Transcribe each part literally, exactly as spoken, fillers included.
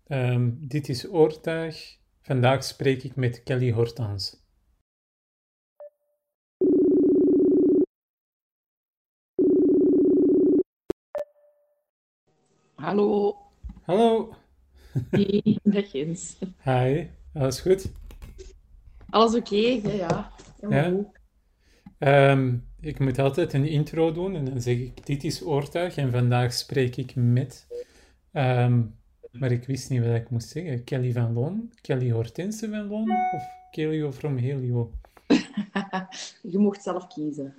Ehm, dit is Oortuig. Vandaag spreek ik met Kelly Hortans. Hallo, Hallo. hey, dag Jens. Hi, alles goed? Alles oké? Ja, ja, helemaal Ja? goed. Ehm, ik moet altijd een intro doen en dan zeg ik dit is Oortuig en vandaag spreek ik met... ehm, maar ik wist niet wat ik moest zeggen. Kelly van Loon? Kelly Hortense van Loon? Of Kelly from Helio? Je mocht zelf kiezen.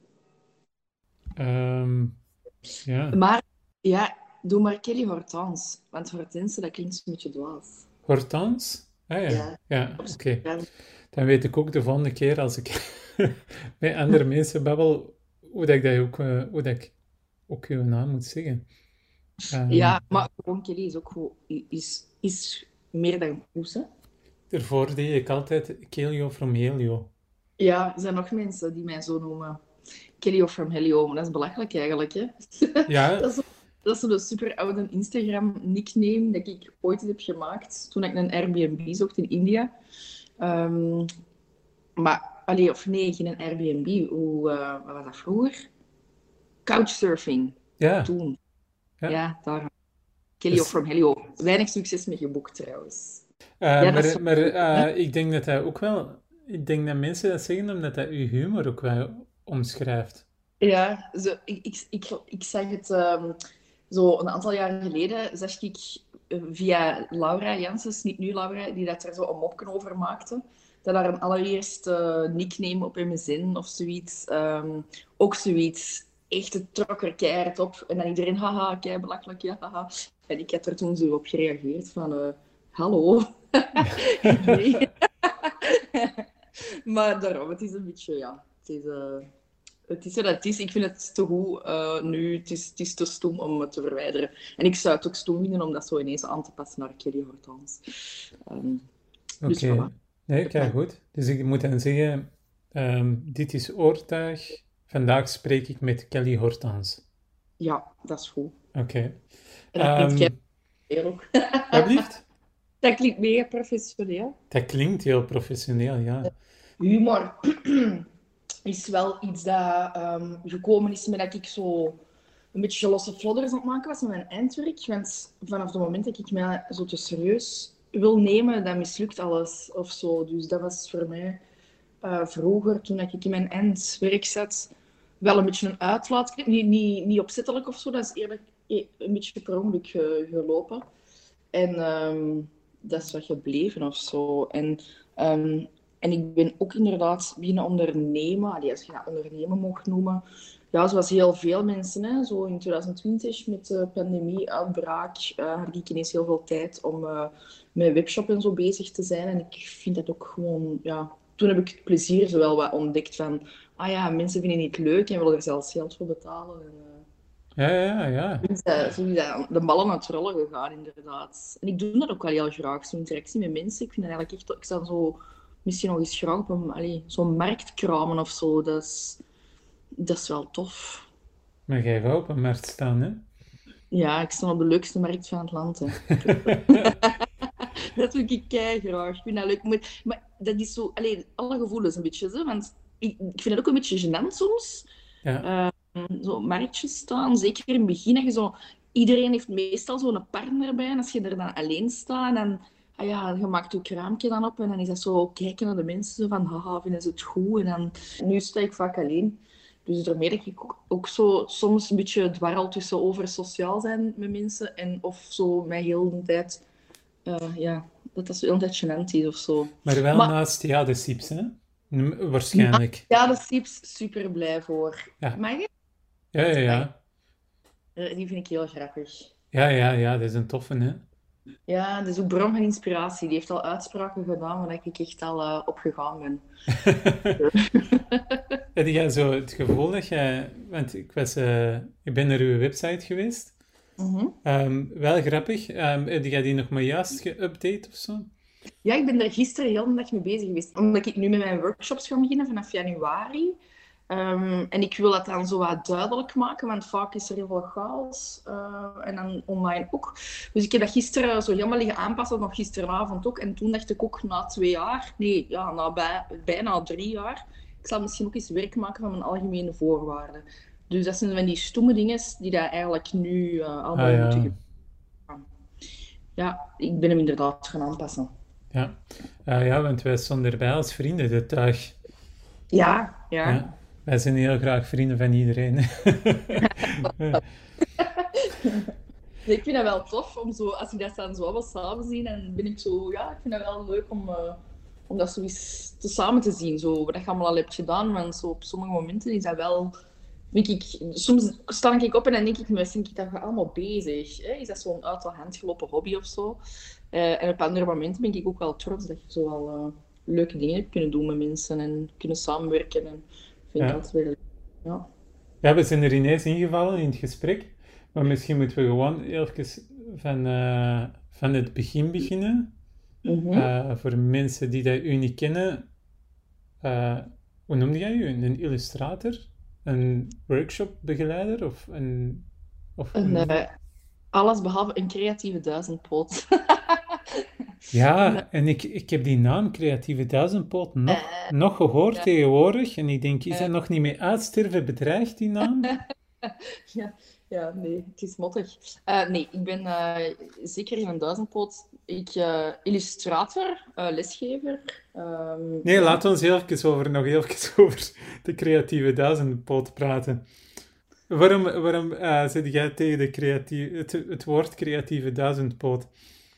Ehm, ja. Maar ja, doe maar Kelly Hortens, want Hortense, dat klinkt een beetje dwaas. Hortans? Ah ja, Ja, ja, op oké. zijn Dan weet ik ook de volgende keer als ik met andere mensen babbel, hoe dat ik dat ook, eh, hoe dat ik ook uw naam moet zeggen. Ehm, Ja, maar gewoon Kelly is ook goed, is, is meer dan goed, hè? Daarvoor deed ik altijd Kelio from Helio. Ja, er zijn nog mensen die mij zo noemen. Kelly of from Helio, maar dat is belachelijk eigenlijk, hè? Ja, Dat is, dat is zo'n super oude Instagram-nickname dat ik ooit heb gemaakt toen ik een Airbnb zocht in India. Ehm, maar, allee, of nee, geen Airbnb. Hoe, eh, wat was dat vroeger? Couchsurfing. ja, Toen. ja. Ja, daar. Kelly of Dus, from Helio. Weinig succes mee geboekt trouwens. eh, Ja, dat is maar zo. maar Hè? eh, ik denk dat dat ook wel, ik denk dat mensen dat zeggen omdat dat uw humor ook wel omschrijft. Ja, zo, ik, ik, ik, ik zag het ehm, zo een aantal jaren geleden, zag ik eh, via Laura Janssens, niet nu Laura, die dat er zo een mopje over maakte, dat daar een allereerste nickname op M S N of zoiets, ehm, ook zoiets, echt, het trok er keihard op. En dan iedereen, haha, kei belachelijk, ja, haha. En ik had er toen zo op gereageerd van, eh, hallo. Nee. Maar daarom, het is een beetje, ja, het is... eh, het is wat het is. Ik vind het te goed uh, nu. Het is, het is te stom om het te verwijderen. En ik zou het ook stom vinden om dat zo ineens aan te passen naar Kelly Hortons. Um, dus Oké, voilà. nee, kijk goed. Dus ik moet dan zeggen, ehm, dit is Oortuig. Vandaag spreek ik met Kelly Hortans. Ja, dat is goed. Oké. En dat klinkt Ehm, kei ook. wat blieft? Dat klinkt mega professioneel. Dat klinkt heel professioneel, ja. Humor is wel iets dat um, gekomen is met dat ik zo een beetje losse flodders aan het maken was met mijn eindwerk. Want vanaf het moment dat ik mij zo te serieus wil nemen, dan mislukt alles of zo. Dus dat was voor mij uh, vroeger, toen ik in mijn eindwerk zat, wel een beetje een uitlaat. Niet, niet, niet opzettelijk of zo, dat is eerlijk een beetje per ongeluk ge, gelopen. En um, dat is wat gebleven of zo. En, um, en ik ben ook inderdaad beginnen ondernemen. Allee, als je dat ondernemen mocht noemen. Ja, zoals heel veel mensen. Hè. Zo in twintig twintig met de pandemie-uitbraak uh, had ik ineens heel veel tijd om uh, met webshop en zo bezig te zijn. En ik vind dat ook gewoon... Ja, toen heb ik het plezier zo wel wat ontdekt van... Ah ja, mensen vinden het leuk en willen er zelfs geld voor betalen. En, uh, Ja, ja, ja. zo is dat, zo is dat de ballen aan het rollen gegaan, inderdaad. En ik doe dat ook wel heel graag, zo'n interactie met mensen. Ik vind dat eigenlijk echt... Ik zou zo misschien nog eens graag op een, allee, zo'n markt kramen of zo. Dat is, dat is wel tof. Maar jij wou op een markt staan, hè? Ja, ik sta op de leukste markt van het land. Hè. Dat doe ik kei graag. Ik vind dat leuk. Maar, maar dat is zo... Allee, alle gevoelens een beetje, hè. Want ik, ik vind het ook een beetje gênant soms. Ja, Uh, zo op marktjes staan, zeker in het begin. Dat je zo, iedereen heeft meestal zo'n partner bij. En als je er dan alleen staat, en ah ja, je maakt je kraampje dan op. En dan is dat zo kijken naar de mensen. Zo van, haha, vinden ze het goed? En dan, nu sta ik vaak alleen. Dus daarmee dat ik ook, ook zo soms een beetje dwarrel tussen over sociaal zijn met mensen. En of zo mij heel de tijd... Uh, ja, dat dat zo heel de tijd gênant is of zo. maar wel Maar naast, ja, de Sips, hè? N- Waarschijnlijk. ja, daar is super blij voor. Ja, Mag je? ja, ja, ja. Uh, die vind ik heel grappig. Ja, ja, ja, dat is een toffe, hè? Ja, dat is ook bron van inspiratie. Die heeft al uitspraken gedaan waar ik echt al uh, op gegaan ben. Heb jij zo het gevoel dat jij... Want ik was... eh, ik ben naar uw website geweest. Mm-hmm. Um, wel grappig. Um, heb jij die nog maar juist geüpdate of zo? Ja, ik ben daar gisteren heel de dag mee bezig geweest. Omdat ik nu met mijn workshops ga beginnen vanaf januari. Ehm, en ik wil dat dan zo wat duidelijk maken, want vaak is er heel veel chaos. eh, en dan online ook. Dus ik heb dat gisteren zo helemaal liggen aanpassen, nog gisteravond ook. En toen dacht ik ook na twee jaar, nee, ja, na bij, bijna drie jaar, ik zal misschien ook eens werk maken van mijn algemene voorwaarden. Dus dat zijn van die stomme dingen die daar eigenlijk nu eh, Ah allemaal moeten ja, gebeuren. Ja, ik ben hem inderdaad gaan aanpassen. ja. Ah ja, want wij stonden erbij als vrienden de dag. Ja, ja. Ja, wij zijn heel graag vrienden van iedereen. Dus ik vind dat wel tof om zo, als ik dat dan zo allemaal samen zie, dan ben ik zo, ja, ik vind dat wel leuk om, eh, om dat zo eens te samen te zien. Zo, wat je allemaal al hebt gedaan, want zo op sommige momenten is dat wel, denk ik, soms sta ik op en dan denk ik, misschien denk ik dat we allemaal bezig. Hè? Is dat zo'n uit de hand gelopen hobby of zo? Eh, en op andere momenten ben ik ook wel trots dat je zo wel eh, leuke dingen hebt kunnen doen met mensen en kunnen samenwerken. En vind ik Ja. altijd weer leuk. Ja. Ja, we zijn er ineens ingevallen in het gesprek, maar misschien moeten we gewoon even van, eh, van het begin beginnen. Mhm. Eh, voor mensen die dat u niet kennen, eh, hoe noemde jij u? Een illustrator? Een workshopbegeleider? Of een... Of hoe En, noemde je? eh, alles behalve een creatieve duizendpoot. Nee. Ja, en ik, ik heb die naam Creatieve Duizendpoot nog, Eh, nog gehoord ja, tegenwoordig. En ik denk, is eh, dat nog niet mee uitsterven bedreigd, die naam? ja, ja, nee, het is mottig. Eh, nee, ik ben eh, zeker geen duizendpoot. Ik eh illustrator, eh, lesgever. ehm, Nee, ja. laat ons heel even over, nog heel even over de Creatieve Duizendpoot praten. Waarom, waarom eh zit jij tegen de creatieve, het, het woord Creatieve Duizendpoot?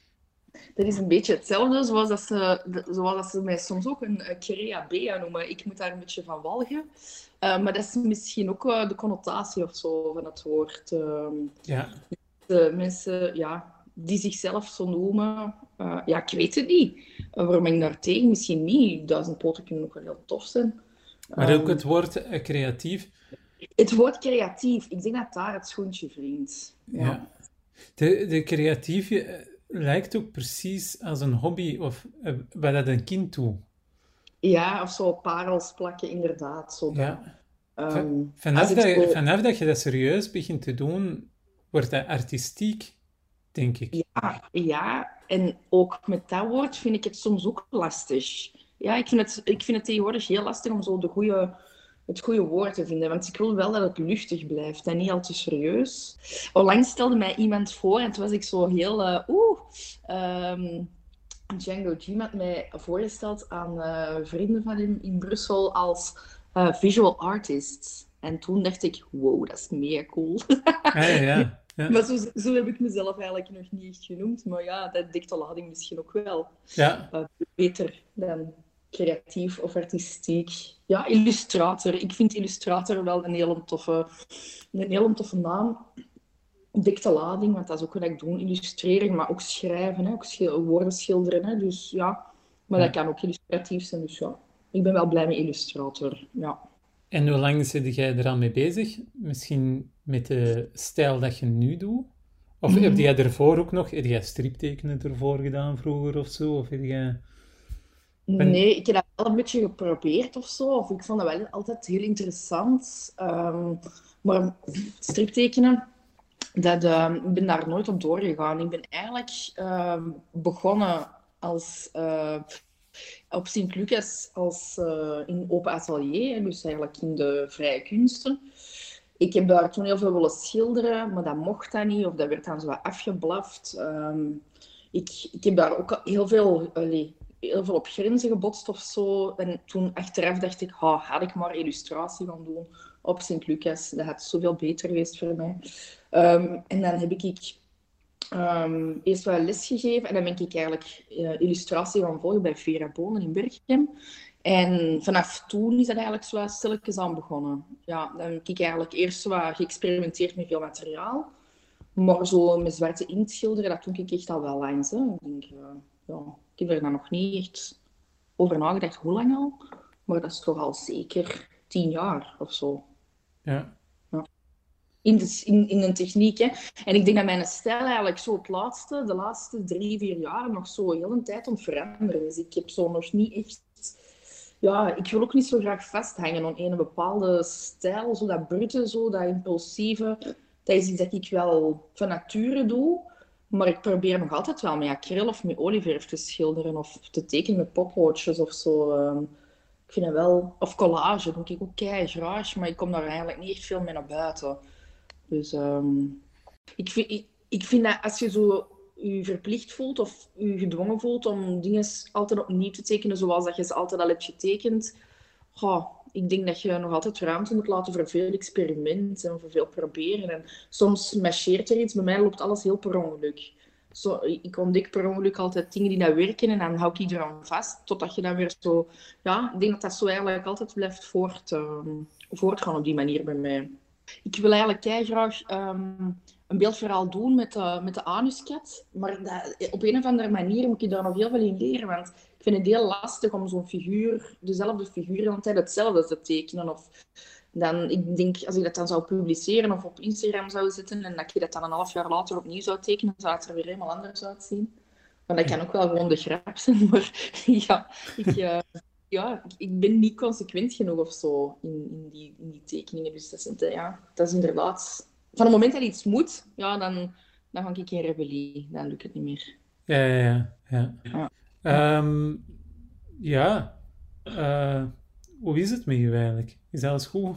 Dat is een beetje hetzelfde zoals dat ze, de- zoals dat ze mij soms ook een eh, Crea-bea noemen. Ik moet daar een beetje van walgen. Eh, maar dat is misschien ook eh, de connotatie of zo van het woord. ehm. Ja, De mensen ja, die zichzelf zo noemen, uh, ja, ik weet het niet. Uh, waarom ben ik daar tegen? Misschien niet. Duizend poten kunnen ook wel heel tof zijn. maar ook Um, het woord eh, creatief. het woord creatief, ik denk dat daar het schoentje wringt. Ja. Ja. De, de creatieve eh, lijkt ook precies als een hobby of eh, wat dat een kind doet. Ja, of zo parels plakken, inderdaad. Zo dat. Ja. Va- Um, als Vanaf ik dat, je- zo vanaf dat je dat serieus begint te doen, wordt dat artistiek, denk ik. Ja, ja, en ook met dat woord vind ik het soms ook lastig. Ja, ik vind het, ik vind het tegenwoordig heel lastig om zo de goede, het goede woord te vinden. Want ik wil wel dat het luchtig blijft en niet al te serieus. Onlangs stelde mij iemand voor en toen was ik zo heel... eh, Oeh, ehm, Django Jim had mij voorgesteld aan eh, vrienden van hem in Brussel als eh, visual artist. En toen dacht ik, wow, dat is mega cool. Ah ja, ja. Ja, Maar zo, zo heb ik mezelf eigenlijk nog niet echt genoemd. Maar ja, dat dekt de lading misschien ook wel. ja, Uh, beter dan creatief of artistiek. Ja, illustrator. Ik vind illustrator wel een hele toffe, een hele toffe naam. Dekt de lading, want dat is ook wat ik doe. Illustreren, maar ook schrijven. Hè. Ook schil- woorden schilderen. Hè. Dus ja, maar dat ja. kan ook illustratief zijn. Dus ja, ik ben wel blij met illustrator. Ja. En hoe lang zit jij er al mee bezig? Misschien met de stijl dat je nu doet? Of heb Mhm. jij ervoor ook nog, heb jij striptekenen ervoor gedaan vroeger of zo? Of heb jij... Ben... Nee, ik heb dat wel een beetje geprobeerd of zo. Of ik vond dat wel altijd heel interessant. Ehm, maar striptekenen, dat, ehm, ik ben daar nooit op doorgegaan. Ik ben eigenlijk ehm, begonnen als, eh, op Sint-Lucas als eh, in open atelier, dus eigenlijk in de vrije kunsten. Ik heb daar toen heel veel willen schilderen, maar dat mocht dan niet, of dat werd dan zo wat afgeblaft. Ehm, ik, ik heb daar ook heel veel, allee, heel veel op grenzen gebotst of zo. En toen achteraf dacht ik, oh, had ik maar illustratie gaan doen op Sint-Lucas. Dat had zoveel beter geweest voor mij. Um, en dan heb ik um, eerst wel les gegeven en dan ben ik eigenlijk uh, illustratie gaan volgen bij Vera Bonen in Berchem. En vanaf toen is dat eigenlijk zo stilletjes aan begonnen. Ja, dan heb ik eigenlijk eerst zo geëxperimenteerd met veel materiaal. Maar zo met zwarte inkt schilderen, dat doe ik echt al wel langs. Hè. Ik denk, uh, ja, ik heb er dan nog niet echt over nagedacht hoe lang al. Maar dat is toch al zeker tien jaar of zo. Ja. Ja. In, de, in, in een techniek. Hè. En ik denk dat mijn stijl eigenlijk zo het laatste, de laatste drie, vier jaar nog zo heel een tijd aan het veranderen is. Ik heb zo nog niet echt Ja, ik wil ook niet zo graag vasthangen aan een bepaalde stijl. Zo dat brute, zo dat impulsieve. Dat is iets dat ik wel van nature doe. Maar ik probeer nog altijd wel met acryl of met olieverf te schilderen. Of te tekenen met potloodjes of zo. ehm. Ik vind het wel... Of collage, doe ik ook kei graag. Maar ik kom daar eigenlijk niet echt veel mee naar buiten. Dus ehm, ik vind, ik, ik vind dat als je zo je verplicht voelt of je gedwongen voelt om dingen altijd opnieuw te tekenen zoals dat je ze altijd al hebt getekend, goh, ik denk dat je nog altijd ruimte moet laten voor veel experimenten en voor veel proberen. En soms marcheert er iets. Bij mij loopt alles heel per ongeluk. Zo, ik ontdek per ongeluk altijd dingen die dat werken en dan hou ik die eraan vast. Totdat je dan weer zo... Ja, ik denk dat dat zo eigenlijk altijd blijft voort, ehm, voortgaan op die manier bij mij. Ik wil eigenlijk kei graag ehm, een beeldverhaal doen met de, met de anuskat. Maar dat, op een of andere manier moet je daar nog heel veel in leren. Want ik vind het heel lastig om zo'n figuur, dezelfde figuur, de hele tijd hetzelfde te tekenen. Of dan, ik denk, als ik dat dan zou publiceren of op Instagram zou zetten en dat je dat dan een half jaar later opnieuw zou tekenen, zou het er weer helemaal anders uitzien. Maar dat kan ook wel gewoon de grap zijn. Maar ja, ik, eh, ja, ik, ik ben niet consequent genoeg of zo in, in, die, in die tekeningen. Dus dat is, ja, dat is inderdaad... Van het moment dat iets moet, ja, dan, dan ga ik in rebellie. Dan doe ik het niet meer. Ja, ja, ja. Ja. Ja. Ja. Ehm, ja. eh, hoe is het met je eigenlijk? Is alles goed?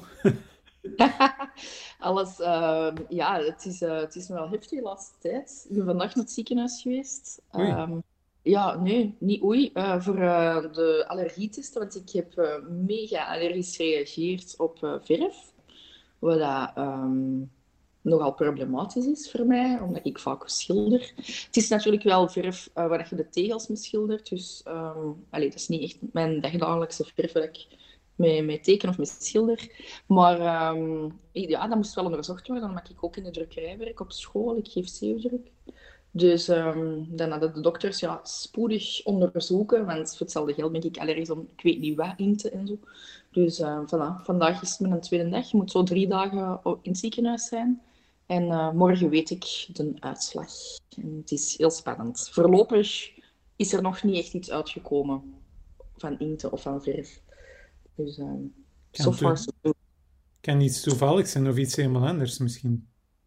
Alles, ehm, ja, het is, eh, het is me wel heftig de laatste tijd. Ik ben vandaag naar het ziekenhuis geweest. Oei. Ehm, ja, nee, niet oei. Eh, voor eh, de allergietesten, want ik heb eh, mega allergisch gereageerd op eh, verf. Wat dat, ehm, nogal problematisch is voor mij, omdat ik vaak schilder. Het is natuurlijk wel verf eh, waar je de tegels mee schildert. Dus ehm allee, dat is niet echt mijn dagdagelijkse verf waar ik mee, mee teken of mee schilder. Maar ehm, ja, dat moest wel onderzocht worden, omdat ik ook in de drukkerij werk op school. Ik geef zeefdruk. Dus ehm, dan hadden de dokters ja, spoedig onderzoeken, want voor hetzelfde geld ben ik allergisch om, ik weet niet wat, inkt en zo. Dus eh, voilà, vandaag is mijn tweede dag. Je moet zo drie dagen in het ziekenhuis zijn. En uh, morgen weet ik de uitslag. En het is heel spannend. Voorlopig is er nog niet echt iets uitgekomen van inkt of van verf. Dus uh, so Kan, far toe- so good. kan iets toevalligs zijn of iets helemaal anders misschien?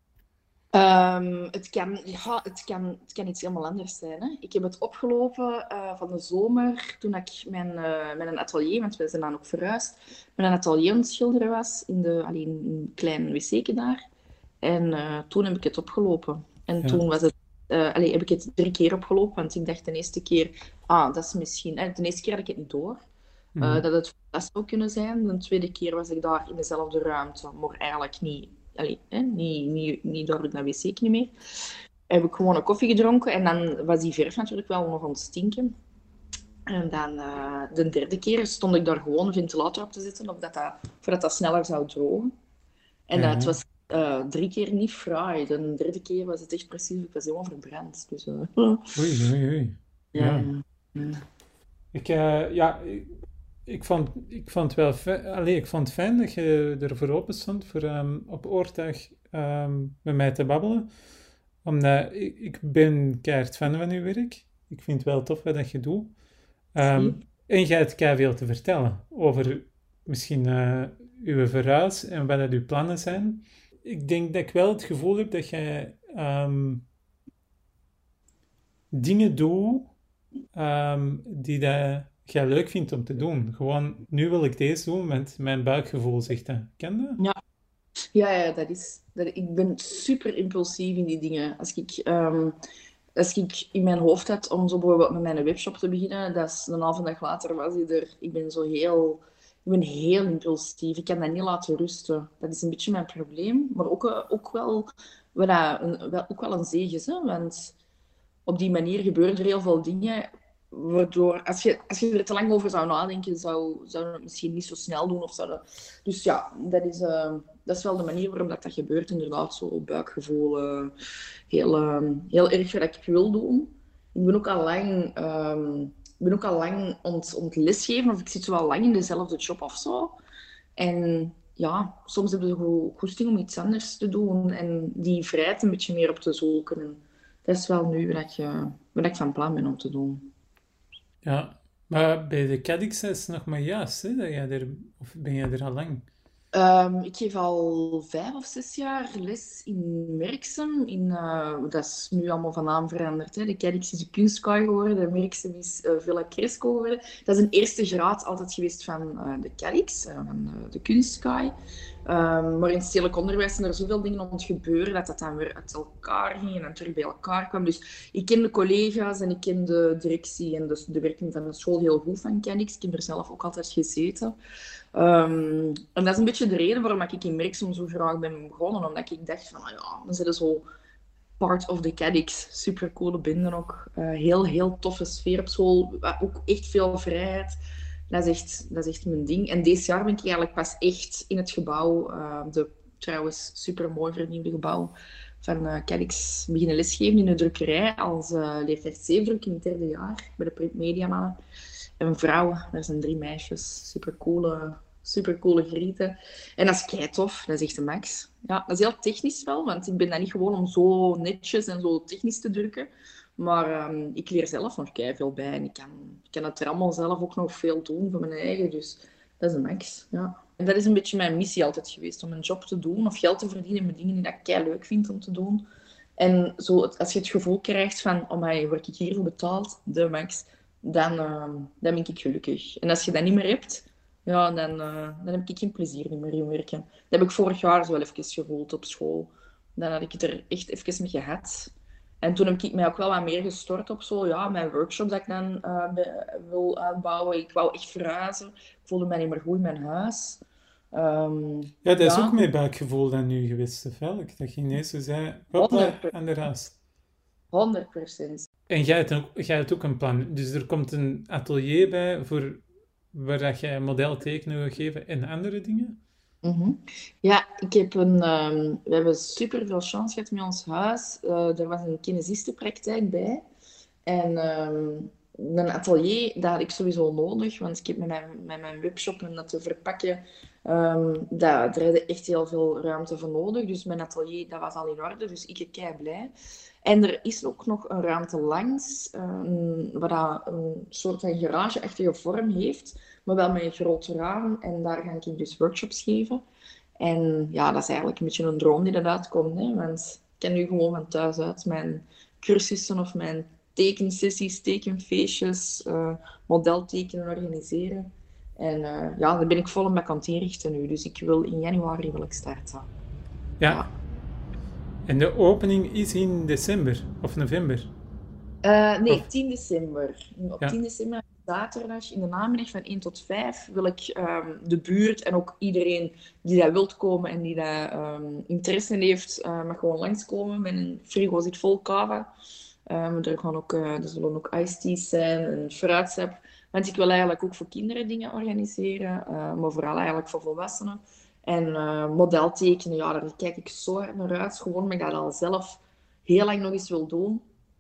Um, het, kan, ja, het, kan, het kan iets helemaal anders zijn. Hè. Ik heb het opgelopen uh, van de zomer toen ik mijn, uh, met een atelier, want we zijn dan ook verhuisd, met een atelier aan het schilderen was in, de, alleen een klein wc'tje daar. En uh, toen heb ik het opgelopen. En Ja. toen was het, uh, allee, heb ik het drie keer opgelopen, want ik dacht de eerste keer, ah, dat is misschien... Eh, de eerste keer had ik het niet door, uh, Mhm. dat het dat zou kunnen zijn. De tweede keer was ik daar in dezelfde ruimte, maar eigenlijk niet... Allee, hè, niet, niet, niet door naar wc niet meer. Heb ik gewoon een koffie gedronken en dan was die verf natuurlijk wel nog aan het stinken. En dan uh, de derde keer stond ik daar gewoon een ventilator op te zetten, of dat dat, voordat dat sneller zou drogen. En Ja, uh, het ja. was uh, drie keer niet fraai. De derde keer was het echt precies, ik was helemaal verbrand. Dus, uh, Oei, oei, oei. ja, Ja. ja. Ja. Ik, eh, ja, ik, ik vond, ik vond het wel fijn, allee, ik vond het fijn dat je ervoor open stond voor ehm, op oordag ehm, met mij te babbelen. Omdat ik, ik ben keihard fan van je werk. Ik vind het wel tof wat dat je doet. Ehm, Zie. en je hebt keihard veel te vertellen over misschien eh uw verhuis en wat dat uw plannen zijn. Ik denk dat ik wel het gevoel heb dat jij ehm, dingen doet ehm, die dat jij leuk vindt om te doen. Gewoon, nu wil ik deze doen, want mijn buikgevoel zegt dat. Ken je dat? Ja. Ja, ja, dat is... Dat, ik ben super impulsief in die dingen. Als ik... ehm, Als ik in mijn hoofd had om zo bijvoorbeeld met mijn webshop te beginnen, dat is een halve dag later was hij er. Ik ben zo heel, ik ben heel impulsief. Ik kan dat niet laten rusten. Dat is een beetje mijn probleem, maar ook, eh, ook wel, wat dat een, wel, ook wel een zegen is, hè? Want op die manier gebeuren er heel veel dingen, waardoor als je, als je er te lang over zou nadenken, zou, zou je het misschien niet zo snel doen. Of zou dat... Dus ja, dat is, uh, dat is wel de manier waarop dat, dat gebeurt, inderdaad. Zo buikgevoel, uh, heel, uh, heel erg wat ik wil doen. Ik ben ook al lang, um, ik ben ook al lang ont, ont lesgeven, of ik zit wel lang in dezelfde job of zo. En ja, soms hebben ze gewoon goesting om iets anders te doen en die vrijheid een beetje meer op te zoeken. En dat is wel nu wat ik, uh, wat ik van plan ben om te doen. Ja, Maar bij de Cadix is het nog maar juist, hè, dat jij er, of ben jij er al lang? Ehm, ik geef al vijf of zes jaar les in Merksem. In, eh, dat is nu allemaal van naam veranderd. Hè. De Cadix is de kunstkooi geworden, de Merksem is eh, Villa Cresco geworden. Dat is een eerste graad altijd geweest van eh, de Cadix, eh, van eh, de kunstkooi. Ehm, maar in het stedelijk onderwijs zijn er zoveel dingen om het gebeuren dat dat dan weer uit elkaar ging en dan terug bij elkaar kwam. Dus ik ken de collega's en ik ken de directie en de, de werking van de school heel goed van Cadix. Ik heb er zelf ook altijd gezeten. Um, en dat is een beetje de reden waarom ik in Merksem zo graag ben begonnen. Omdat ik dacht van, nou ja, dan zitten zo part of the Cadix. Super coole binden ook. Uh, heel, heel toffe sfeer op school. Ook echt veel vrijheid. Dat is echt, dat is echt mijn ding. En deze jaar ben ik eigenlijk pas echt in het gebouw, uh, de trouwens super mooi vernieuwde gebouw van uh, Cadix, beginnen lesgeven in de drukkerij als uh, leeftijd zeven in het derde jaar bij de Print Media mannen. En vrouwen, daar zijn drie meisjes, super coole, super coole grieten. En dat is kei tof, dat is echt de max. Ja, dat is heel technisch wel, want ik ben dat niet gewoon om zo netjes en zo technisch te drukken. Maar um, ik leer zelf nog kei veel bij en ik kan, ik kan het er allemaal zelf ook nog veel doen van mijn eigen. Dus dat is de max. Ja. En dat is een beetje mijn missie altijd geweest, om een job te doen of geld te verdienen met dingen die ik kei leuk vind om te doen. En zo, als je het gevoel krijgt van, oh my, word ik hiervoor betaald? De max. Dan, uh, dan ben ik gelukkig. En als je dat niet meer hebt, ja, dan, uh, dan heb ik geen plezier meer in werken. Dat heb ik vorig jaar zo wel even gevoeld op school. Dan had ik het er echt even mee gehad. En toen heb ik mij ook wel wat meer gestort op zo, ja, mijn workshop dat ik dan uh, be- wil uitbouwen. Ik wou echt verhuizen. Ik voelde mij niet meer goed in mijn huis. Um, Ja, dat is ook ja, mijn buikgevoel dan nu geweest, of wel? Dat je ineens zo zei, hopla, aan de raas. honderd procent. En jij hebt, ook, jij hebt ook een plan. Dus er komt een atelier bij voor waar dat jij modeltekenen wil geven en andere dingen? Mhm. Ja, ik heb een, ehm, we hebben super veel chance gehad met ons huis. Eh, er was een kinesistenpraktijk bij. En ehm, een atelier, dat had ik sowieso nodig, want ik heb met mijn, met mijn webshop en dat te verpakken, ehm daar, daar had ik echt heel veel ruimte voor nodig. Dus mijn atelier, dat was al in orde, dus ik ben kei blij. En er is ook nog een ruimte langs, um, waar dat een soort van garageachtige vorm heeft, maar wel met een groot raam. En daar ga ik dus workshops geven. En ja, dat is eigenlijk een beetje een droom die eruit komt, hè? Want ik kan nu gewoon van thuis uit mijn cursussen of mijn tekensessies, tekenfeestjes, uh, modeltekenen organiseren. En uh, ja, daar ben ik volop mee aan het inrichten nu. Dus ik wil in januari wil ik starten. Ja. Ja. En de opening is in december of november? Uh, nee, Of, tien december. Op ja. tien december, zaterdag, in de namiddag van één tot vijf, wil ik um, de buurt en ook iedereen die daar wilt komen en die daar um, interesse in heeft, uh, mag gewoon langskomen. Mijn frigo zit vol kava. Um, er, gaan ook, uh, er zullen ook iced teas zijn en fruitsap. Want ik wil eigenlijk ook voor kinderen dingen organiseren, uh, maar vooral eigenlijk voor volwassenen. En uh, modeltekenen, ja, daar kijk ik zo hard naar uit. Gewoon omdat ik dat al zelf heel lang nog eens wil doen.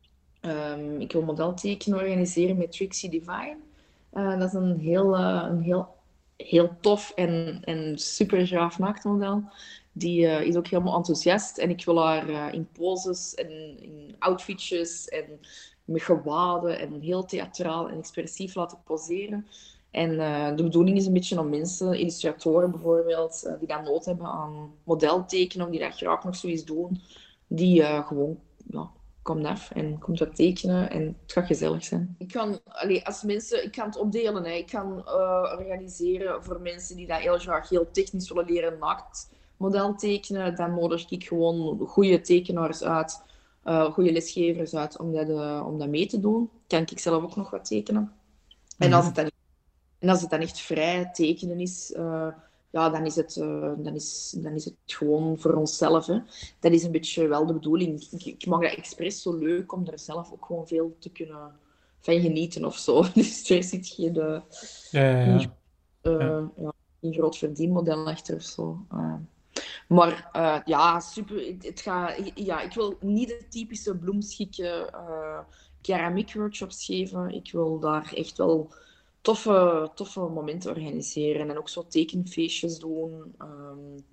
Um, ik wil modeltekenen organiseren met Trixie Divine. Uh, dat is een heel, uh, een heel, heel tof en, en super gaaf naaktmodel. Die uh, is ook helemaal enthousiast. En ik wil haar uh, in poses en in outfitjes en met gewaden en heel theatraal en expressief laten poseren. En uh, de bedoeling is een beetje om mensen, illustratoren bijvoorbeeld, uh, die dan nood hebben aan modeltekenen, of die dat graag nog zoiets doen, die uh, gewoon... Ja, kom af en komt wat tekenen en het gaat gezellig zijn. Ik kan, allee, als mensen, ik kan het opdelen. Hè. Ik kan uh, organiseren voor mensen die dat heel graag heel technisch willen leren naakt model tekenen. Dan nodig ik gewoon goede tekenaars uit, uh, goede lesgevers uit om dat, uh, om dat mee te doen. Kan ik zelf ook nog wat tekenen. En Mhm. als het dan, en als het dan echt vrij tekenen is... Uh, ja, dan is, het, uh, dan, is, dan is het gewoon voor onszelf. Hè. Dat is een beetje wel de bedoeling. Ik, ik mag dat expres zo leuk om er zelf ook gewoon veel te kunnen van genieten of zo. Dus er zit geen, uh, Ja, ja, geen, ja. uh, Ja. ja, geen groot verdienmodel achter of zo. Uh, maar uh, ja, super. Het, het gaat, ja, ik wil niet de typische bloemschikken uh, keramiek workshops geven. Ik wil daar echt wel... Toffe, toffe momenten organiseren en ook zo tekenfeestjes doen. Um,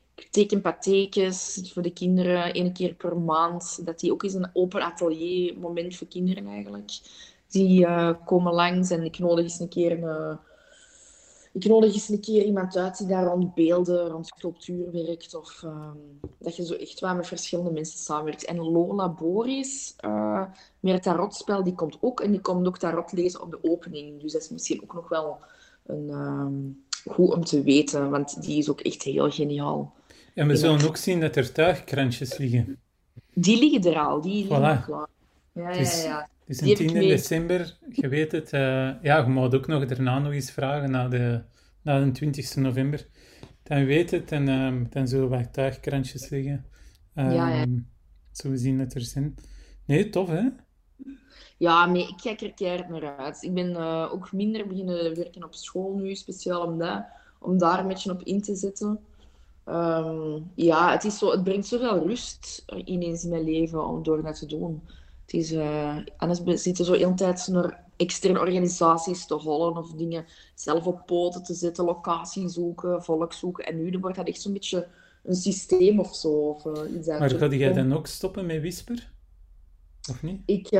tekenpathekes voor de kinderen, één keer per maand. Dat die ook eens een open atelier moment voor kinderen eigenlijk. Die uh, komen langs en ik nodig eens een keer een, ik nodig eens een keer iemand uit die daar rond beelden, rond sculptuur werkt. Of um, dat je zo echt wel met verschillende mensen samenwerkt. En Lola Boris, uh, met het tarotspel, die komt ook. En die komt ook tarot lezen op de opening. Dus dat is misschien ook nog wel een, um, goed om te weten. Want die is ook echt heel geniaal. En we zullen ook zien dat er tuigkrantjes liggen. Die liggen er al. Die liggen voilà. klaar. Ja, dus, ja, ja. Dus een tiende december, je weet het. Uh, ja, je mag ook nog daarna nog eens vragen, na de, na de twintigste november. Dan weet het, en um, dan zullen we tuigkrantjes liggen. Um, ja, ja. Zo we zien dat er zijn. Nee, tof, hè? Ja, nee, ik kijk er keihard naar uit. Ik ben uh, ook minder beginnen werken op school nu, speciaal om, dat, om daar een beetje op in te zetten. Um, ja, het, is zo, het brengt zoveel rust ineens in mijn leven om door dat te doen. Het is, uh, anders zitten zo de hele tijd naar externe organisaties te hollen of dingen zelf op poten te zetten, locatie zoeken, volk zoeken. En nu wordt dat echt zo'n beetje een systeem of zo. Of, uh, iets maar ga jij dan ook stoppen met Whisper? Of niet? Ik,